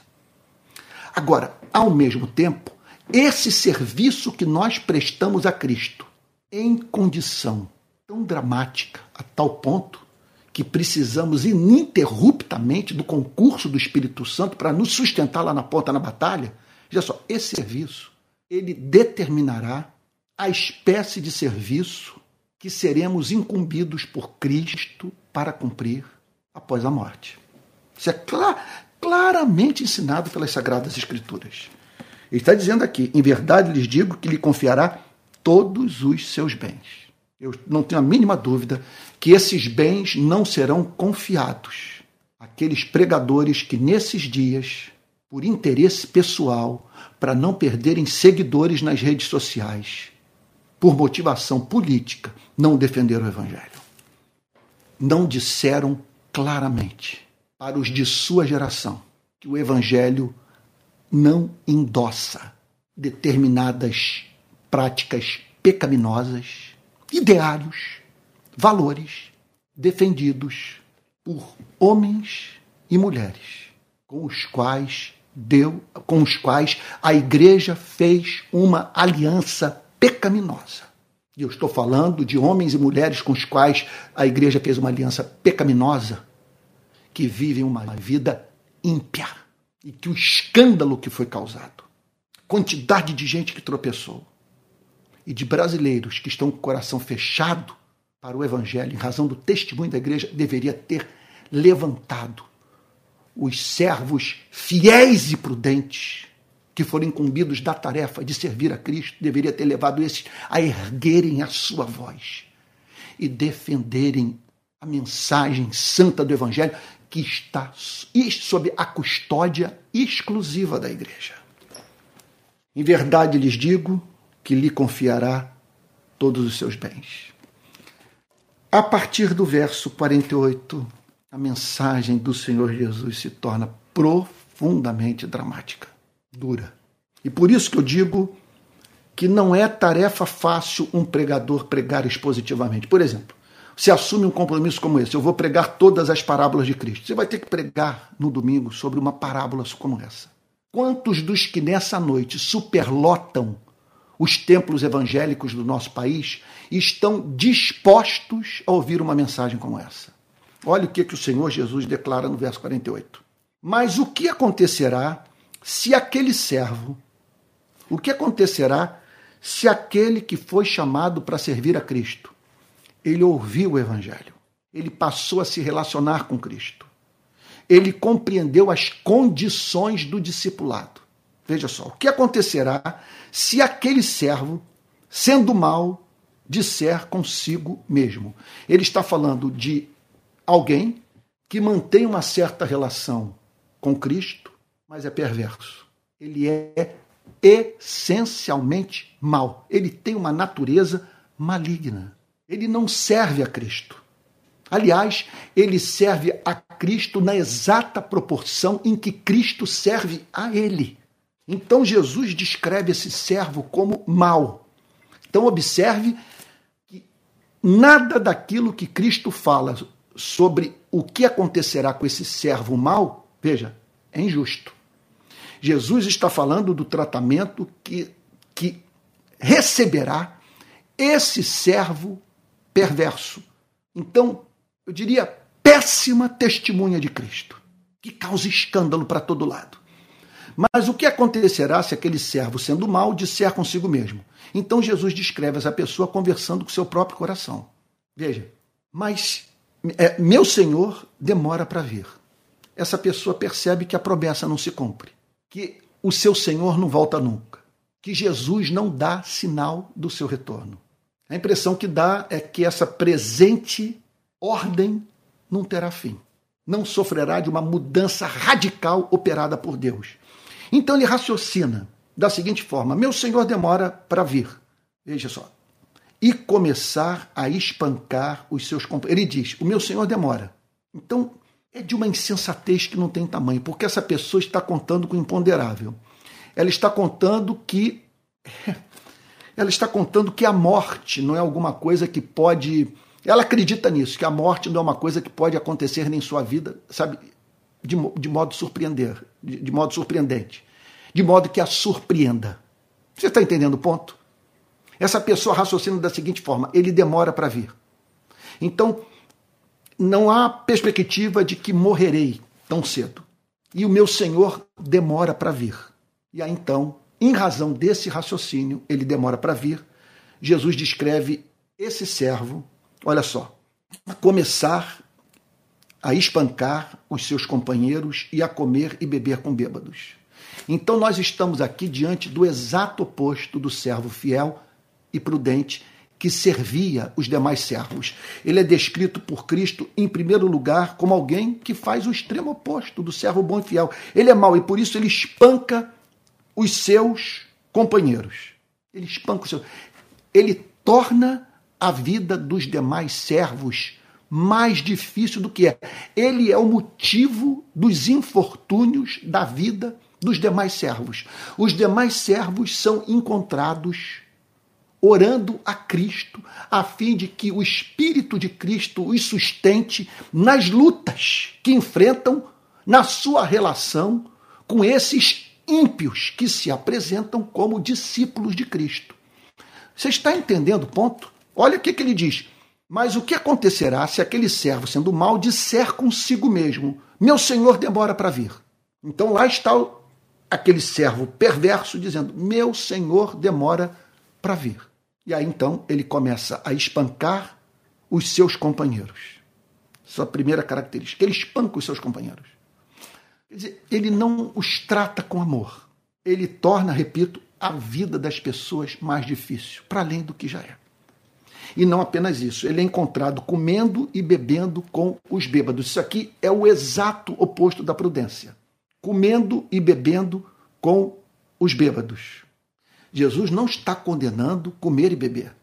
Agora, ao mesmo tempo, esse serviço que nós prestamos a Cristo, em condição tão dramática, a tal ponto que precisamos ininterruptamente do concurso do Espírito Santo para nos sustentar lá na ponta na batalha, veja só, esse serviço, ele determinará a espécie de serviço que seremos incumbidos por Cristo para cumprir após a morte. Isso é clar, claramente ensinado pelas Sagradas Escrituras. Ele está dizendo aqui, em verdade lhes digo que lhe confiará todos os seus bens. Eu não tenho a mínima dúvida que esses bens não serão confiados àqueles pregadores que nesses dias, por interesse pessoal, para não perderem seguidores nas redes sociais, por motivação política, não defenderam o Evangelho. Não disseram claramente para os de sua geração que o Evangelho não endossa determinadas práticas pecaminosas, ideários, valores defendidos por homens e mulheres com os quais deu, com os quais a igreja fez uma aliança pecaminosa. E eu estou falando de homens e mulheres com os quais a igreja fez uma aliança pecaminosa, que vivem uma vida ímpia e que o escândalo que foi causado, quantidade de gente que tropeçou, e de brasileiros que estão com o coração fechado para o Evangelho, em razão do testemunho da igreja, deveria ter levantado os servos fiéis e prudentes que foram incumbidos da tarefa de servir a Cristo, deveria ter levado esses a erguerem a sua voz e defenderem a mensagem santa do Evangelho que está sob a custódia exclusiva da igreja. Em verdade lhes digo que lhe confiará todos os seus bens. A partir do verso quarenta e oito, a mensagem do Senhor Jesus se torna profundamente dramática, dura. E por isso que eu digo que não é tarefa fácil um pregador pregar expositivamente. Por exemplo, se assume um compromisso como esse, eu vou pregar todas as parábolas de Cristo. Você vai ter que pregar no domingo sobre uma parábola como essa. Quantos dos que nessa noite superlotam os templos evangélicos do nosso país estão dispostos a ouvir uma mensagem como essa? Olha o que, que o Senhor Jesus declara no verso quarenta e oito. Mas o que acontecerá se aquele servo, o que acontecerá se aquele que foi chamado para servir a Cristo, ele ouviu o Evangelho, ele passou a se relacionar com Cristo, ele compreendeu as condições do discipulado. Veja só, o que acontecerá se aquele servo, sendo mau, disser consigo mesmo? Ele está falando de alguém que mantém uma certa relação com Cristo, mas é perverso. Ele é essencialmente mau. Ele tem uma natureza maligna. Ele não serve a Cristo. Aliás, ele serve a Cristo na exata proporção em que Cristo serve a ele. Então Jesus descreve esse servo como mau. Então observe que nada daquilo que Cristo fala sobre o que acontecerá com esse servo mau, veja, é injusto. Jesus está falando do tratamento que, que receberá esse servo perverso. Então, eu diria, péssima testemunha de Cristo, que causa escândalo para todo lado. Mas o que acontecerá se aquele servo, sendo mau, disser consigo mesmo? Então Jesus descreve essa pessoa conversando com seu próprio coração. Veja, mas é, meu Senhor demora para vir. Essa pessoa percebe que a promessa não se cumpre, que o seu Senhor não volta nunca, que Jesus não dá sinal do seu retorno. A impressão que dá é que essa presente ordem não terá fim, não sofrerá de uma mudança radical operada por Deus. Então ele raciocina da seguinte forma: meu Senhor demora para vir, veja só, e começar a espancar os seus companheiros. Ele diz, o meu Senhor demora. Então é de uma insensatez que não tem tamanho, porque essa pessoa está contando com o imponderável. Ela está contando que ela está contando que a morte não é alguma coisa que pode... Ela acredita nisso, que a morte não é uma coisa que pode acontecer em sua vida, sabe, de, de modo surpreender, de, de modo surpreendente, de modo que a surpreenda. Você está entendendo o ponto? Essa pessoa raciocina da seguinte forma: ele demora para vir. Então, não há perspectiva de que morrerei tão cedo. E o meu Senhor demora para vir. E aí, então, em razão desse raciocínio, ele demora para vir, Jesus descreve esse servo, olha só, a começar a espancar os seus companheiros e a comer e beber com bêbados. Então nós estamos aqui diante do exato oposto do servo fiel e prudente que servia os demais servos. Ele é descrito por Cristo, em primeiro lugar, como alguém que faz o extremo oposto do servo bom e fiel. Ele é mau e por isso ele espanca os seus companheiros. Ele espanca os seus... Ele torna a vida dos demais servos mais difícil do que é. Ele é o motivo dos infortúnios da vida dos demais servos. Os demais servos são encontrados orando a Cristo, a fim de que o Espírito de Cristo os sustente nas lutas que enfrentam na sua relação com esses ímpios que se apresentam como discípulos de Cristo. Você está entendendo o ponto? Olha o que, que ele diz. Mas o que acontecerá se aquele servo, sendo mau, disser consigo mesmo: meu Senhor demora para vir? Então lá está aquele servo perverso dizendo: meu Senhor demora para vir. E aí então ele começa a espancar os seus companheiros. Sua primeira característica, ele espanca os seus companheiros. Quer dizer, ele não os trata com amor. Ele torna, repito, a vida das pessoas mais difícil, para além do que já é. E não apenas isso, ele é encontrado comendo e bebendo com os bêbados. Isso aqui é o exato oposto da prudência. Comendo e bebendo com os bêbados. Jesus não está condenando comer e beber.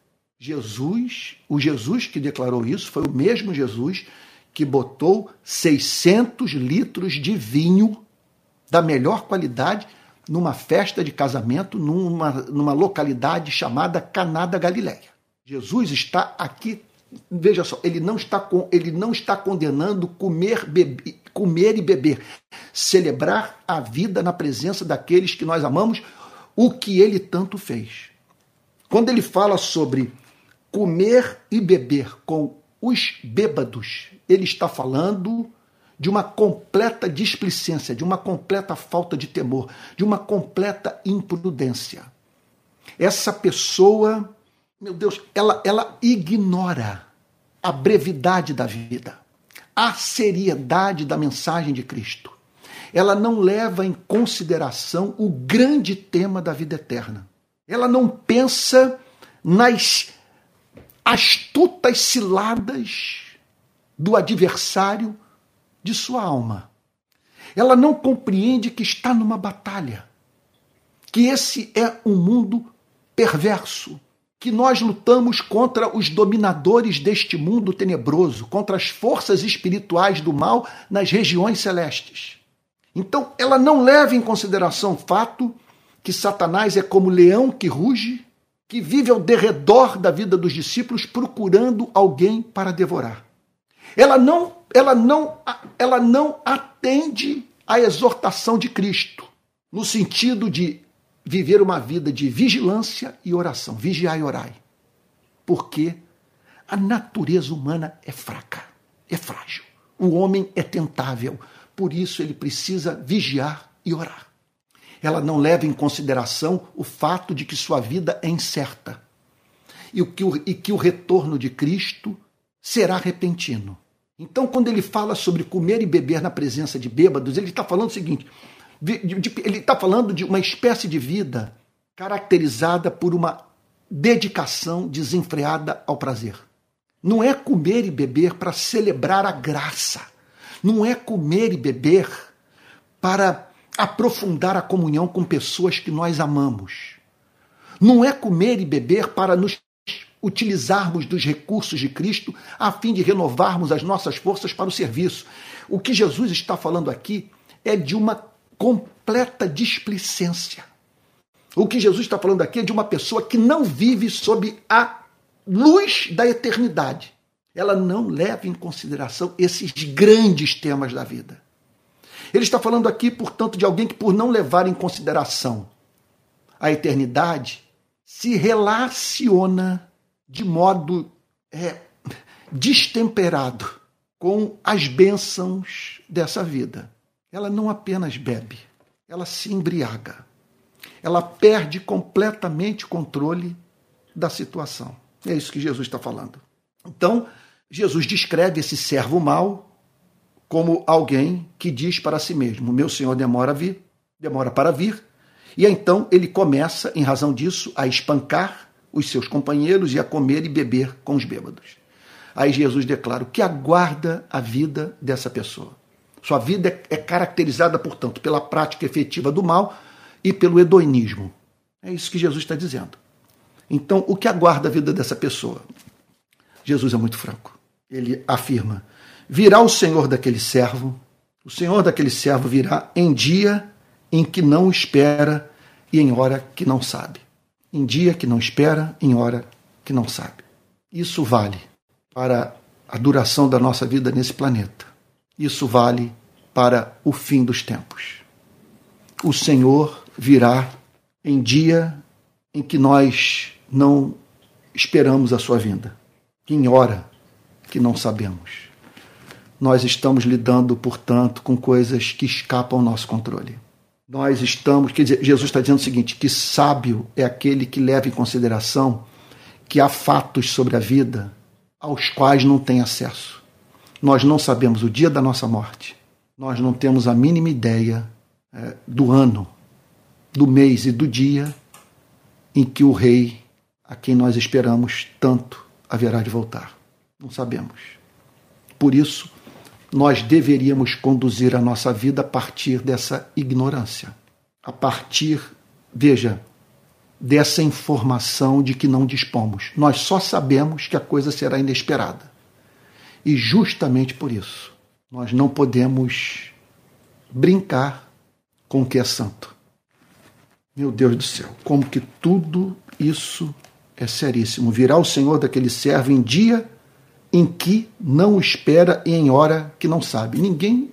Jesus, o Jesus que declarou isso, foi o mesmo Jesus que botou seiscentos litros de vinho da melhor qualidade numa festa de casamento numa, numa localidade chamada Caná da Galileia. Jesus está aqui, veja só, ele não está, com, ele não está condenando comer, bebe, comer e beber, celebrar a vida na presença daqueles que nós amamos, o que ele tanto fez. Quando ele fala sobre comer e beber com os bêbados, ele está falando de uma completa displicência, de uma completa falta de temor, de uma completa imprudência. Essa pessoa, meu Deus, ela, ela ignora a brevidade da vida, a seriedade da mensagem de Cristo. Ela não leva em consideração o grande tema da vida eterna. Ela não pensa nas astutas ciladas do adversário de sua alma. Ela não compreende que está numa batalha, que esse é um mundo perverso, que nós lutamos contra os dominadores deste mundo tenebroso, contra as forças espirituais do mal nas regiões celestes. Então, ela não leva em consideração o fato que Satanás é como leão que ruge, que vive ao derredor da vida dos discípulos procurando alguém para devorar. Ela não, ela não, ela não atende à exortação de Cristo, no sentido de viver uma vida de vigilância e oração. Vigiai e orai. Porque a natureza humana é fraca, é frágil. O homem é tentável. Por isso ele precisa vigiar e orar. Ela não leva em consideração o fato de que sua vida é incerta e que o, e que o retorno de Cristo será repentino. Então, quando ele fala sobre comer e beber na presença de bêbados, ele está falando o seguinte, de, de, ele está falando de uma espécie de vida caracterizada por uma dedicação desenfreada ao prazer. Não é comer e beber para celebrar a graça. Não é comer e beber para aprofundar a comunhão com pessoas que nós amamos. Não é comer e beber para nos utilizarmos dos recursos de Cristo a fim de renovarmos as nossas forças para o serviço. O que Jesus está falando aqui é de uma completa displicência. O que Jesus está falando aqui é de uma pessoa que não vive sob a luz da eternidade. Ela não leva em consideração esses grandes temas da vida. Ele está falando aqui, portanto, de alguém que, por não levar em consideração a eternidade, se relaciona de modo é, destemperado com as bênçãos dessa vida. Ela não apenas bebe, ela se embriaga. Ela perde completamente o controle da situação. É isso que Jesus está falando. Então, Jesus descreve esse servo mau como alguém que diz para si mesmo, meu Senhor demora a vir, demora para vir, e então ele começa, em razão disso, a espancar os seus companheiros e a comer e beber com os bêbados. Aí Jesus declara o que aguarda a vida dessa pessoa. Sua vida é caracterizada, portanto, pela prática efetiva do mal e pelo hedonismo. É isso que Jesus está dizendo. Então, o que aguarda a vida dessa pessoa? Jesus é muito franco. Ele afirma, virá o Senhor daquele servo, o Senhor daquele servo virá em dia em que não espera e em hora que não sabe. Em dia que não espera, em hora que não sabe. Isso vale para a duração da nossa vida nesse planeta. Isso vale para o fim dos tempos. O Senhor virá em dia em que nós não esperamos a sua vinda, em hora que não sabemos. Nós estamos lidando, portanto, com coisas que escapam ao nosso controle. Nós estamos, quer dizer, Jesus está dizendo o seguinte, que sábio é aquele que leva em consideração que há fatos sobre a vida aos quais não tem acesso. Nós não sabemos o dia da nossa morte. Nós não temos a mínima ideia é, do ano, do mês e do dia em que o rei, a quem nós esperamos tanto, haverá de voltar. Não sabemos. Por isso, nós deveríamos conduzir a nossa vida a partir dessa ignorância. A partir, veja, dessa informação de que não dispomos. Nós só sabemos que a coisa será inesperada. E justamente por isso, nós não podemos brincar com o que é santo. Meu Deus do céu, como que tudo isso é seríssimo. Virá o Senhor daquele servo em dia em que não espera e em hora que não sabe. Ninguém,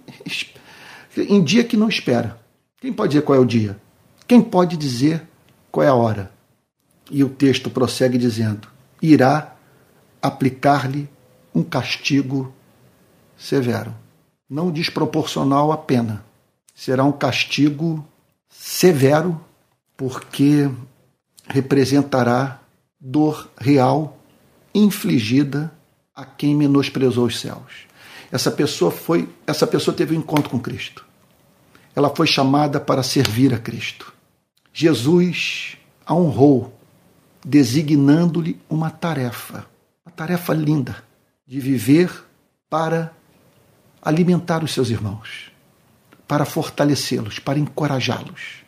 em dia que não espera. Quem pode dizer qual é o dia? Quem pode dizer qual é a hora? E o texto prossegue dizendo, irá aplicar-lhe um castigo severo. Não desproporcional à pena. Será um castigo severo, porque representará dor real infligida a quem menosprezou os céus. Essa pessoa foi, essa pessoa teve um encontro com Cristo. Ela foi chamada para servir a Cristo. Jesus a honrou, designando-lhe uma tarefa, uma tarefa linda, de viver para alimentar os seus irmãos, para fortalecê-los, para encorajá-los,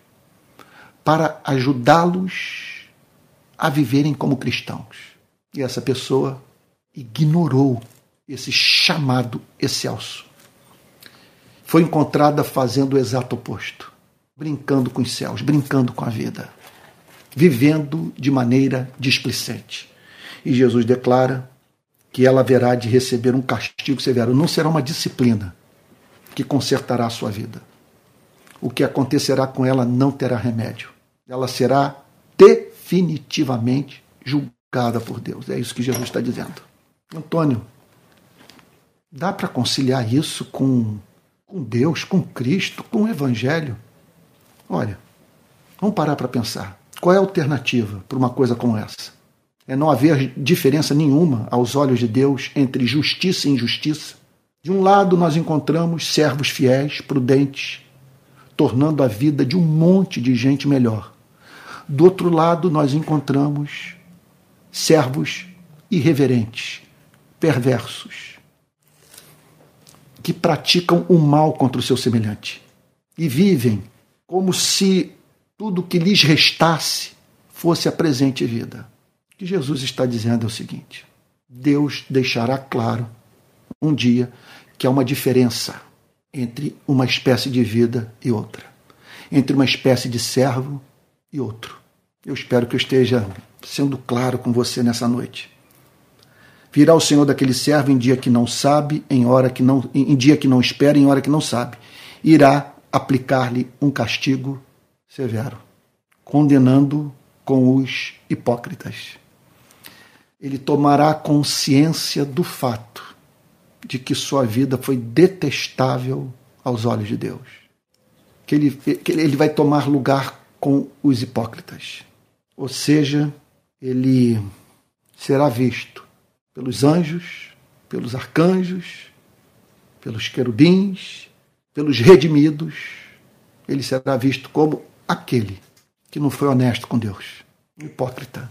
para ajudá-los a viverem como cristãos. E essa pessoa ignorou esse chamado excelso. Foi encontrada fazendo o exato oposto, brincando com os céus, brincando com a vida, vivendo de maneira displicente. E Jesus declara que ela haverá de receber um castigo severo. Não será uma disciplina que consertará a sua vida. O que acontecerá com ela não terá remédio. Ela será definitivamente julgada por Deus. É isso que Jesus está dizendo. Antônio, dá para conciliar isso com, com Deus, com Cristo, com o Evangelho? Olha, vamos parar para pensar. Qual é a alternativa para uma coisa como essa? É não haver diferença nenhuma aos olhos de Deus entre justiça e injustiça. De um lado nós encontramos servos fiéis, prudentes, tornando a vida de um monte de gente melhor. Do outro lado nós encontramos servos irreverentes, perversos, que praticam o mal contra o seu semelhante e vivem como se tudo que lhes restasse fosse a presente vida. O que Jesus está dizendo é o seguinte: Deus deixará claro um dia que há uma diferença entre uma espécie de vida e outra, entre uma espécie de servo e outro. Eu espero que eu esteja sendo claro com você nessa noite. Virá o Senhor daquele servo em dia que não sabe, em hora que não, em dia que não espera, em hora que não sabe. Irá aplicar-lhe um castigo severo, condenando com os hipócritas. Ele tomará consciência do fato de que sua vida foi detestável aos olhos de Deus. Que ele, que ele vai tomar lugar com os hipócritas. Ou seja, ele será visto pelos anjos, pelos arcanjos, pelos querubins, pelos redimidos. Ele será visto como aquele que não foi honesto com Deus, um hipócrita,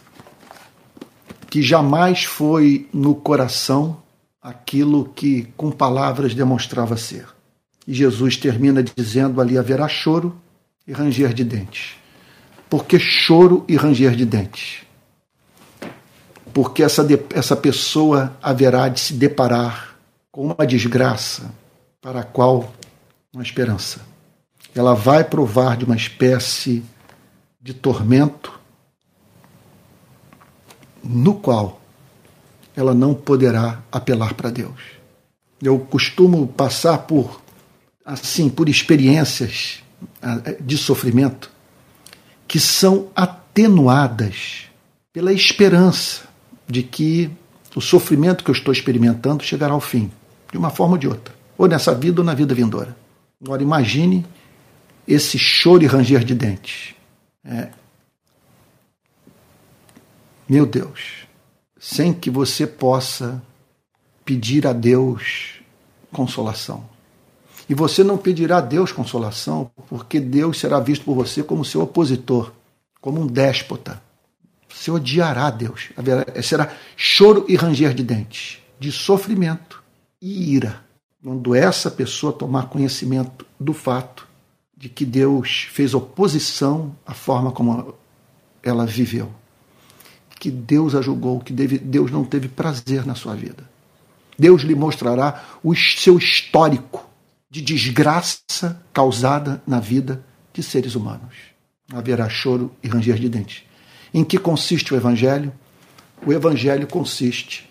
que jamais foi no coração aquilo que com palavras demonstrava ser. E Jesus termina dizendo ali: haverá choro e ranger de dentes. Por que choro e ranger de dentes? Porque essa, de, essa pessoa haverá de se deparar com uma desgraça para a qual não há esperança. Ela vai provar de uma espécie de tormento no qual ela não poderá apelar para Deus. Eu costumo passar por, assim, por experiências de sofrimento que são atenuadas pela esperança de que o sofrimento que eu estou experimentando chegará ao fim, de uma forma ou de outra, ou nessa vida ou na vida vindoura. Agora imagine esse choro e ranger de dentes. É. Meu Deus, sem que você possa pedir a Deus consolação. E você não pedirá a Deus consolação, porque Deus será visto por você como seu opositor, como um déspota. Você odiará a Deus. Será choro e ranger de dentes, de sofrimento e ira, quando essa pessoa tomar conhecimento do fato de que Deus fez oposição à forma como ela viveu, que Deus a julgou, que Deus não teve prazer na sua vida. Deus lhe mostrará o seu histórico de desgraça causada na vida de seres humanos. Haverá choro e ranger de dentes. Em que consiste o Evangelho? O Evangelho consiste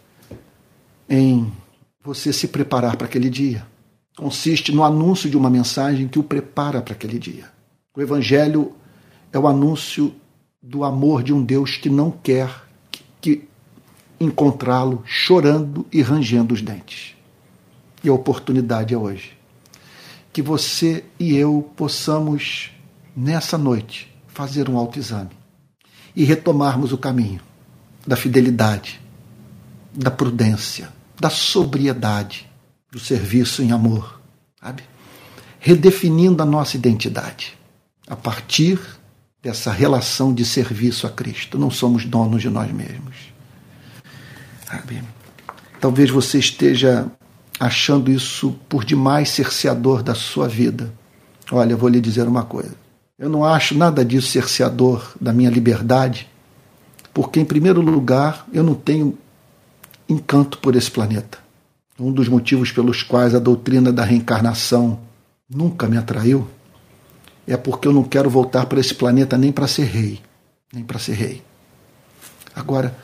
em você se preparar para aquele dia. Consiste no anúncio de uma mensagem que o prepara para aquele dia. O Evangelho é o anúncio do amor de um Deus que não quer que encontrá-lo chorando e rangendo os dentes. E a oportunidade é hoje. Que você e eu possamos, nessa noite, fazer um autoexame e retomarmos o caminho da fidelidade, da prudência, da sobriedade, do serviço em amor, sabe? Redefinindo a nossa identidade a partir dessa relação de serviço a Cristo. Não somos donos de nós mesmos. Sabe? Talvez você esteja achando isso por demais cerceador da sua vida. Olha, eu vou lhe dizer uma coisa. Eu não acho nada disso cerceador da minha liberdade, porque, em primeiro lugar, eu não tenho encanto por esse planeta. Um dos motivos pelos quais a doutrina da reencarnação nunca me atraiu é porque eu não quero voltar para esse planeta nem para ser rei, nem para ser rei. Agora,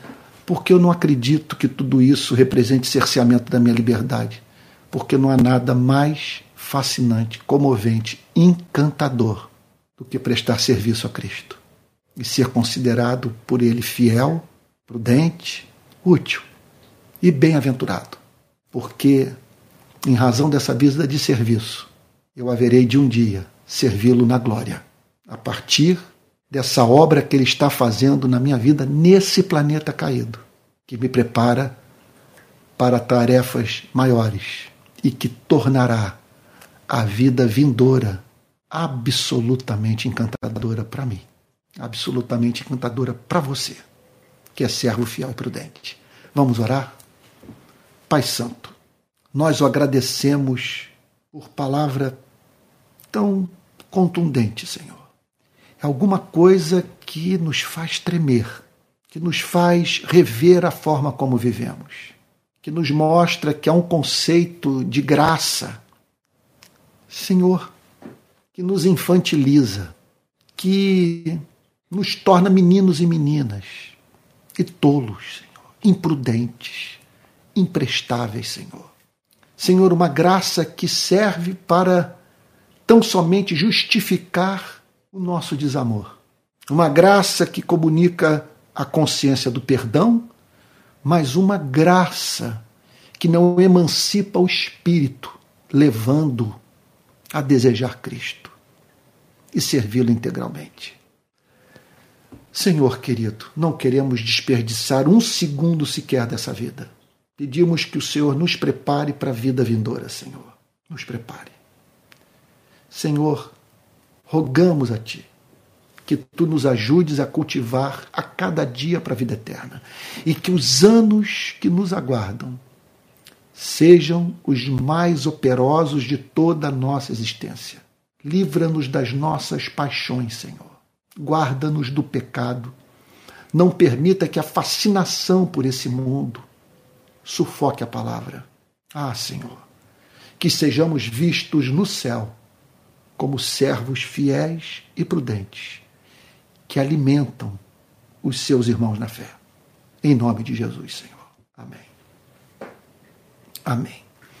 porque eu não acredito que tudo isso represente cerceamento da minha liberdade, porque não há nada mais fascinante, comovente, encantador do que prestar serviço a Cristo e ser considerado por Ele fiel, prudente, útil e bem-aventurado, porque, em razão dessa vida de serviço, eu haverei de um dia servi-lo na glória, a partir dessa obra que Ele está fazendo na minha vida nesse planeta caído, que me prepara para tarefas maiores e que tornará a vida vindoura absolutamente encantadora para mim, absolutamente encantadora para você, que é servo fiel e prudente. Vamos orar? Pai Santo, nós o agradecemos por palavra tão contundente, Senhor. É alguma coisa que nos faz tremer, que nos faz rever a forma como vivemos, que nos mostra que há um conceito de graça, Senhor, que nos infantiliza, que nos torna meninos e meninas, e tolos, Senhor, imprudentes, imprestáveis, Senhor. Senhor, uma graça que serve para tão somente justificar o nosso desamor. Uma graça que comunica a consciência do perdão, mas uma graça que não emancipa o espírito, levando a desejar Cristo e servi-lo integralmente. Senhor querido, não queremos desperdiçar um segundo sequer dessa vida. Pedimos que o Senhor nos prepare para a vida vindoura, Senhor. Nos prepare. Senhor, rogamos a Ti que Tu nos ajudes a cultivar a cada dia para a vida eterna e que os anos que nos aguardam sejam os mais operosos de toda a nossa existência. Livra-nos das nossas paixões, Senhor. Guarda-nos do pecado. Não permita que a fascinação por esse mundo sufoque a palavra. Ah, Senhor, que sejamos vistos no céu como servos fiéis e prudentes, que alimentam os seus irmãos na fé. Em nome de Jesus, Senhor. Amém. Amém.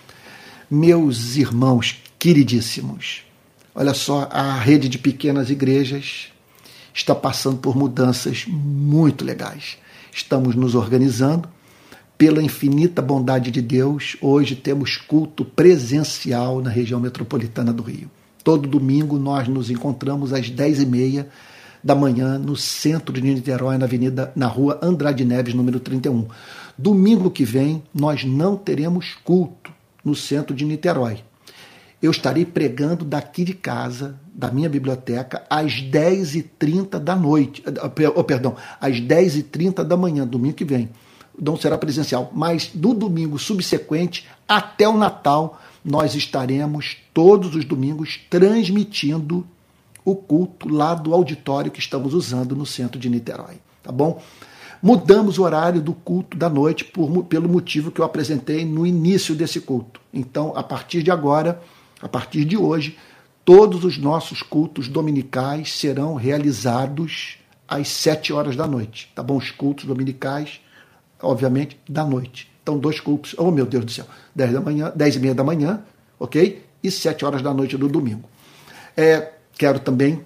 Meus irmãos queridíssimos, olha só, a rede de pequenas igrejas está passando por mudanças muito legais. Estamos nos organizando. Pela infinita bondade de Deus, hoje temos culto presencial na região metropolitana do Rio. Todo domingo nós nos encontramos às dez e meia da manhã no centro de Niterói, na avenida, na rua Andrade Neves, número trinta e um. Domingo que vem nós não teremos culto no centro de Niterói. Eu estarei pregando daqui de casa, da minha biblioteca, às dez e trinta da noite, oh, perdão, às dez e trinta da manhã, domingo que vem. Não será presencial, mas no domingo subsequente, até o Natal, nós estaremos todos os domingos transmitindo o culto lá do auditório que estamos usando no centro de Niterói, tá bom? Mudamos o horário do culto da noite por, pelo motivo que eu apresentei no início desse culto. Então, a partir de agora, a partir de hoje, todos os nossos cultos dominicais serão realizados às sete horas da noite, tá bom? Os cultos dominicais, obviamente, da noite. Então, dois cultos, oh meu Deus do céu, dez da manhã, dez e meia da manhã, ok? E sete horas da noite do domingo. É, quero também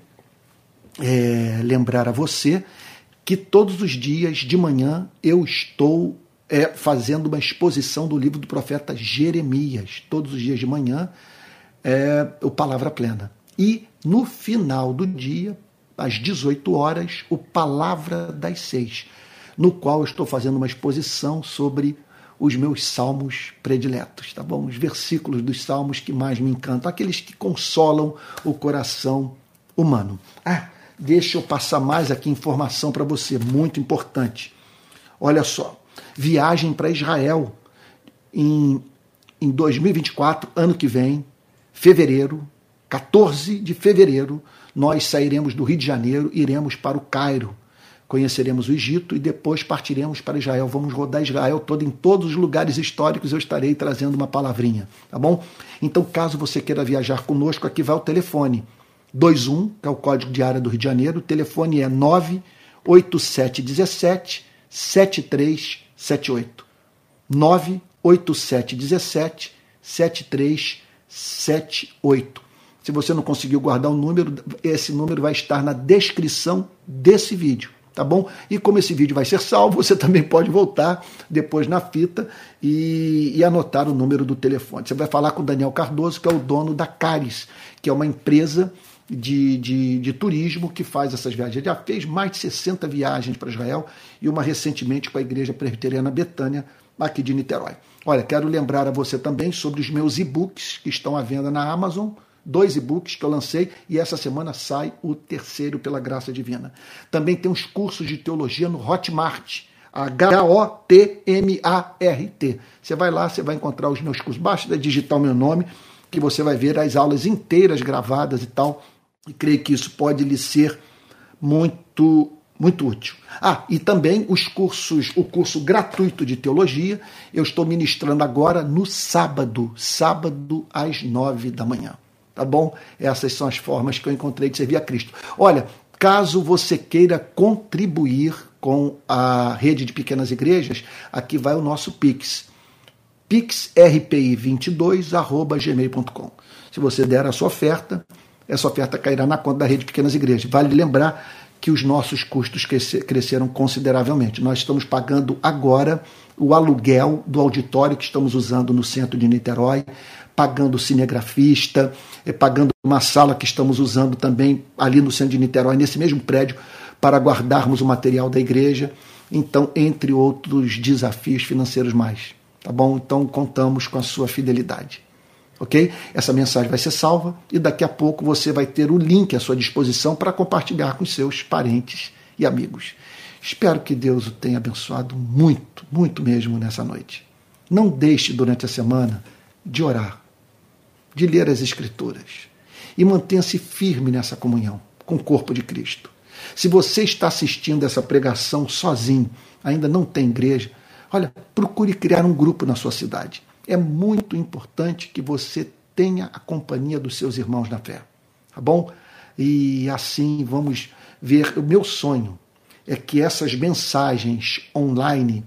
é, lembrar a você que todos os dias de manhã eu estou é, fazendo uma exposição do livro do profeta Jeremias. Todos os dias de manhã, é, o Palavra Plena. E no final do dia, às dezoito horas, o Palavra das Seis, no qual eu estou fazendo uma exposição sobre os meus salmos prediletos, tá bom? Os versículos dos salmos que mais me encantam, aqueles que consolam o coração humano. Ah, deixa eu passar mais aqui informação para você, muito importante. Olha só, viagem para Israel em, em dois mil e vinte e quatro, ano que vem, fevereiro, quatorze de fevereiro, nós sairemos do Rio de Janeiro, iremos para o Cairo, conheceremos o Egito e depois partiremos para Israel. Vamos rodar Israel todo, em todos os lugares históricos eu estarei trazendo uma palavrinha, tá bom? Então, caso você queira viajar conosco, aqui vai o telefone dois um, que é o código de área do Rio de Janeiro, o telefone é nove oito sete um sete, sete três sete oito. nove oito sete um sete sete três sete oito. Se você não conseguiu guardar o número, esse número vai estar na descrição desse vídeo, tá bom? E como esse vídeo vai ser salvo, você também pode voltar depois na fita e, e anotar o número do telefone. Você vai falar com o Daniel Cardoso, que é o dono da Caris, que é uma empresa de, de, de turismo que faz essas viagens. Ele já fez mais de sessenta viagens para Israel e uma recentemente com a Igreja Presbiteriana Betânia, aqui de Niterói. Olha, quero lembrar a você também sobre os meus e-books que estão à venda na Amazon, dois e-books que eu lancei e essa semana sai o terceiro pela graça divina. Também tem uns cursos de teologia no Hotmart, H O T M A R T. Você vai lá, você vai encontrar os meus cursos, basta digitar o meu nome que você vai ver as aulas inteiras gravadas e tal, e creio que isso pode lhe ser muito Muito útil. Ah, e também os cursos, o curso gratuito de teologia, eu estou ministrando agora no sábado, sábado às nove da manhã. Tá bom? Essas são as formas que eu encontrei de servir a Cristo. Olha, caso você queira contribuir com a rede de pequenas igrejas, aqui vai o nosso Pix. pix r p i vinte e dois arroba gmail ponto com. Se você der a sua oferta, essa oferta cairá na conta da rede de pequenas igrejas. Vale lembrar que os nossos custos cresceram consideravelmente. Nós estamos pagando agora o aluguel do auditório que estamos usando no centro de Niterói, pagando o cinegrafista, pagando uma sala que estamos usando também ali no centro de Niterói, nesse mesmo prédio, para guardarmos o material da igreja. Então, entre outros desafios financeiros mais. Tá bom? Então, contamos com a sua fidelidade. Ok? Essa mensagem vai ser salva e daqui a pouco você vai ter o link à sua disposição para compartilhar com seus parentes e amigos. Espero que Deus o tenha abençoado muito, muito mesmo nessa noite. Não deixe durante a semana de orar, de ler as Escrituras e mantenha-se firme nessa comunhão com o corpo de Cristo. Se você está assistindo essa pregação sozinho, ainda não tem igreja, olha, procure criar um grupo na sua cidade. É muito importante que você tenha a companhia dos seus irmãos na fé, tá bom? E assim vamos ver. O meu sonho é que essas mensagens online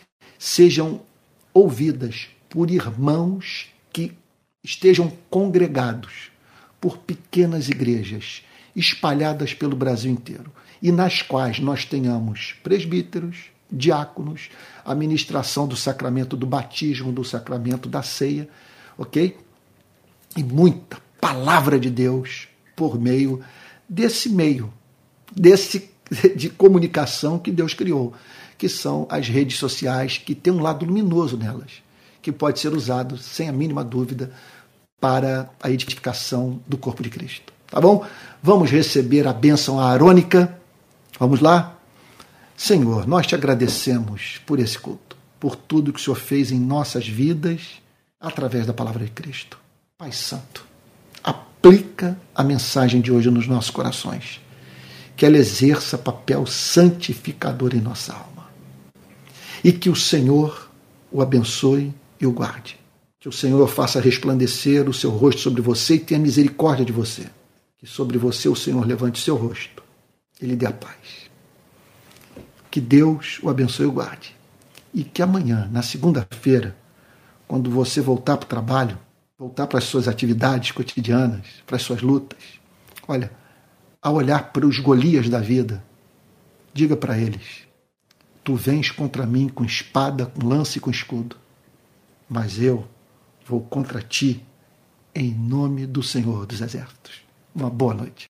sejam ouvidas por irmãos que estejam congregados por pequenas igrejas espalhadas pelo Brasil inteiro e nas quais nós tenhamos presbíteros, diáconos, a ministração do sacramento do batismo, do sacramento da ceia, ok? E muita palavra de Deus por meio desse meio, desse de comunicação que Deus criou, que são as redes sociais, que tem um lado luminoso nelas, que pode ser usado, sem a mínima dúvida, para a edificação do corpo de Cristo. Tá bom? Vamos receber a bênção aarônica. Vamos lá? Senhor, nós te agradecemos por esse culto, por tudo que o Senhor fez em nossas vidas através da palavra de Cristo. Pai Santo, aplica a mensagem de hoje nos nossos corações, que ela exerça papel santificador em nossa alma e que o Senhor o abençoe e o guarde. Que o Senhor faça resplandecer o seu rosto sobre você e tenha misericórdia de você. Que sobre você o Senhor levante o seu rosto e lhe dê a paz. Que Deus o abençoe e o guarde. E que amanhã, na segunda-feira, quando você voltar para o trabalho, voltar para as suas atividades cotidianas, para as suas lutas, olha, ao olhar para os Golias da vida, diga para eles: tu vens contra mim com espada, com lança e com escudo, mas eu vou contra ti em nome do Senhor dos Exércitos. Uma boa noite.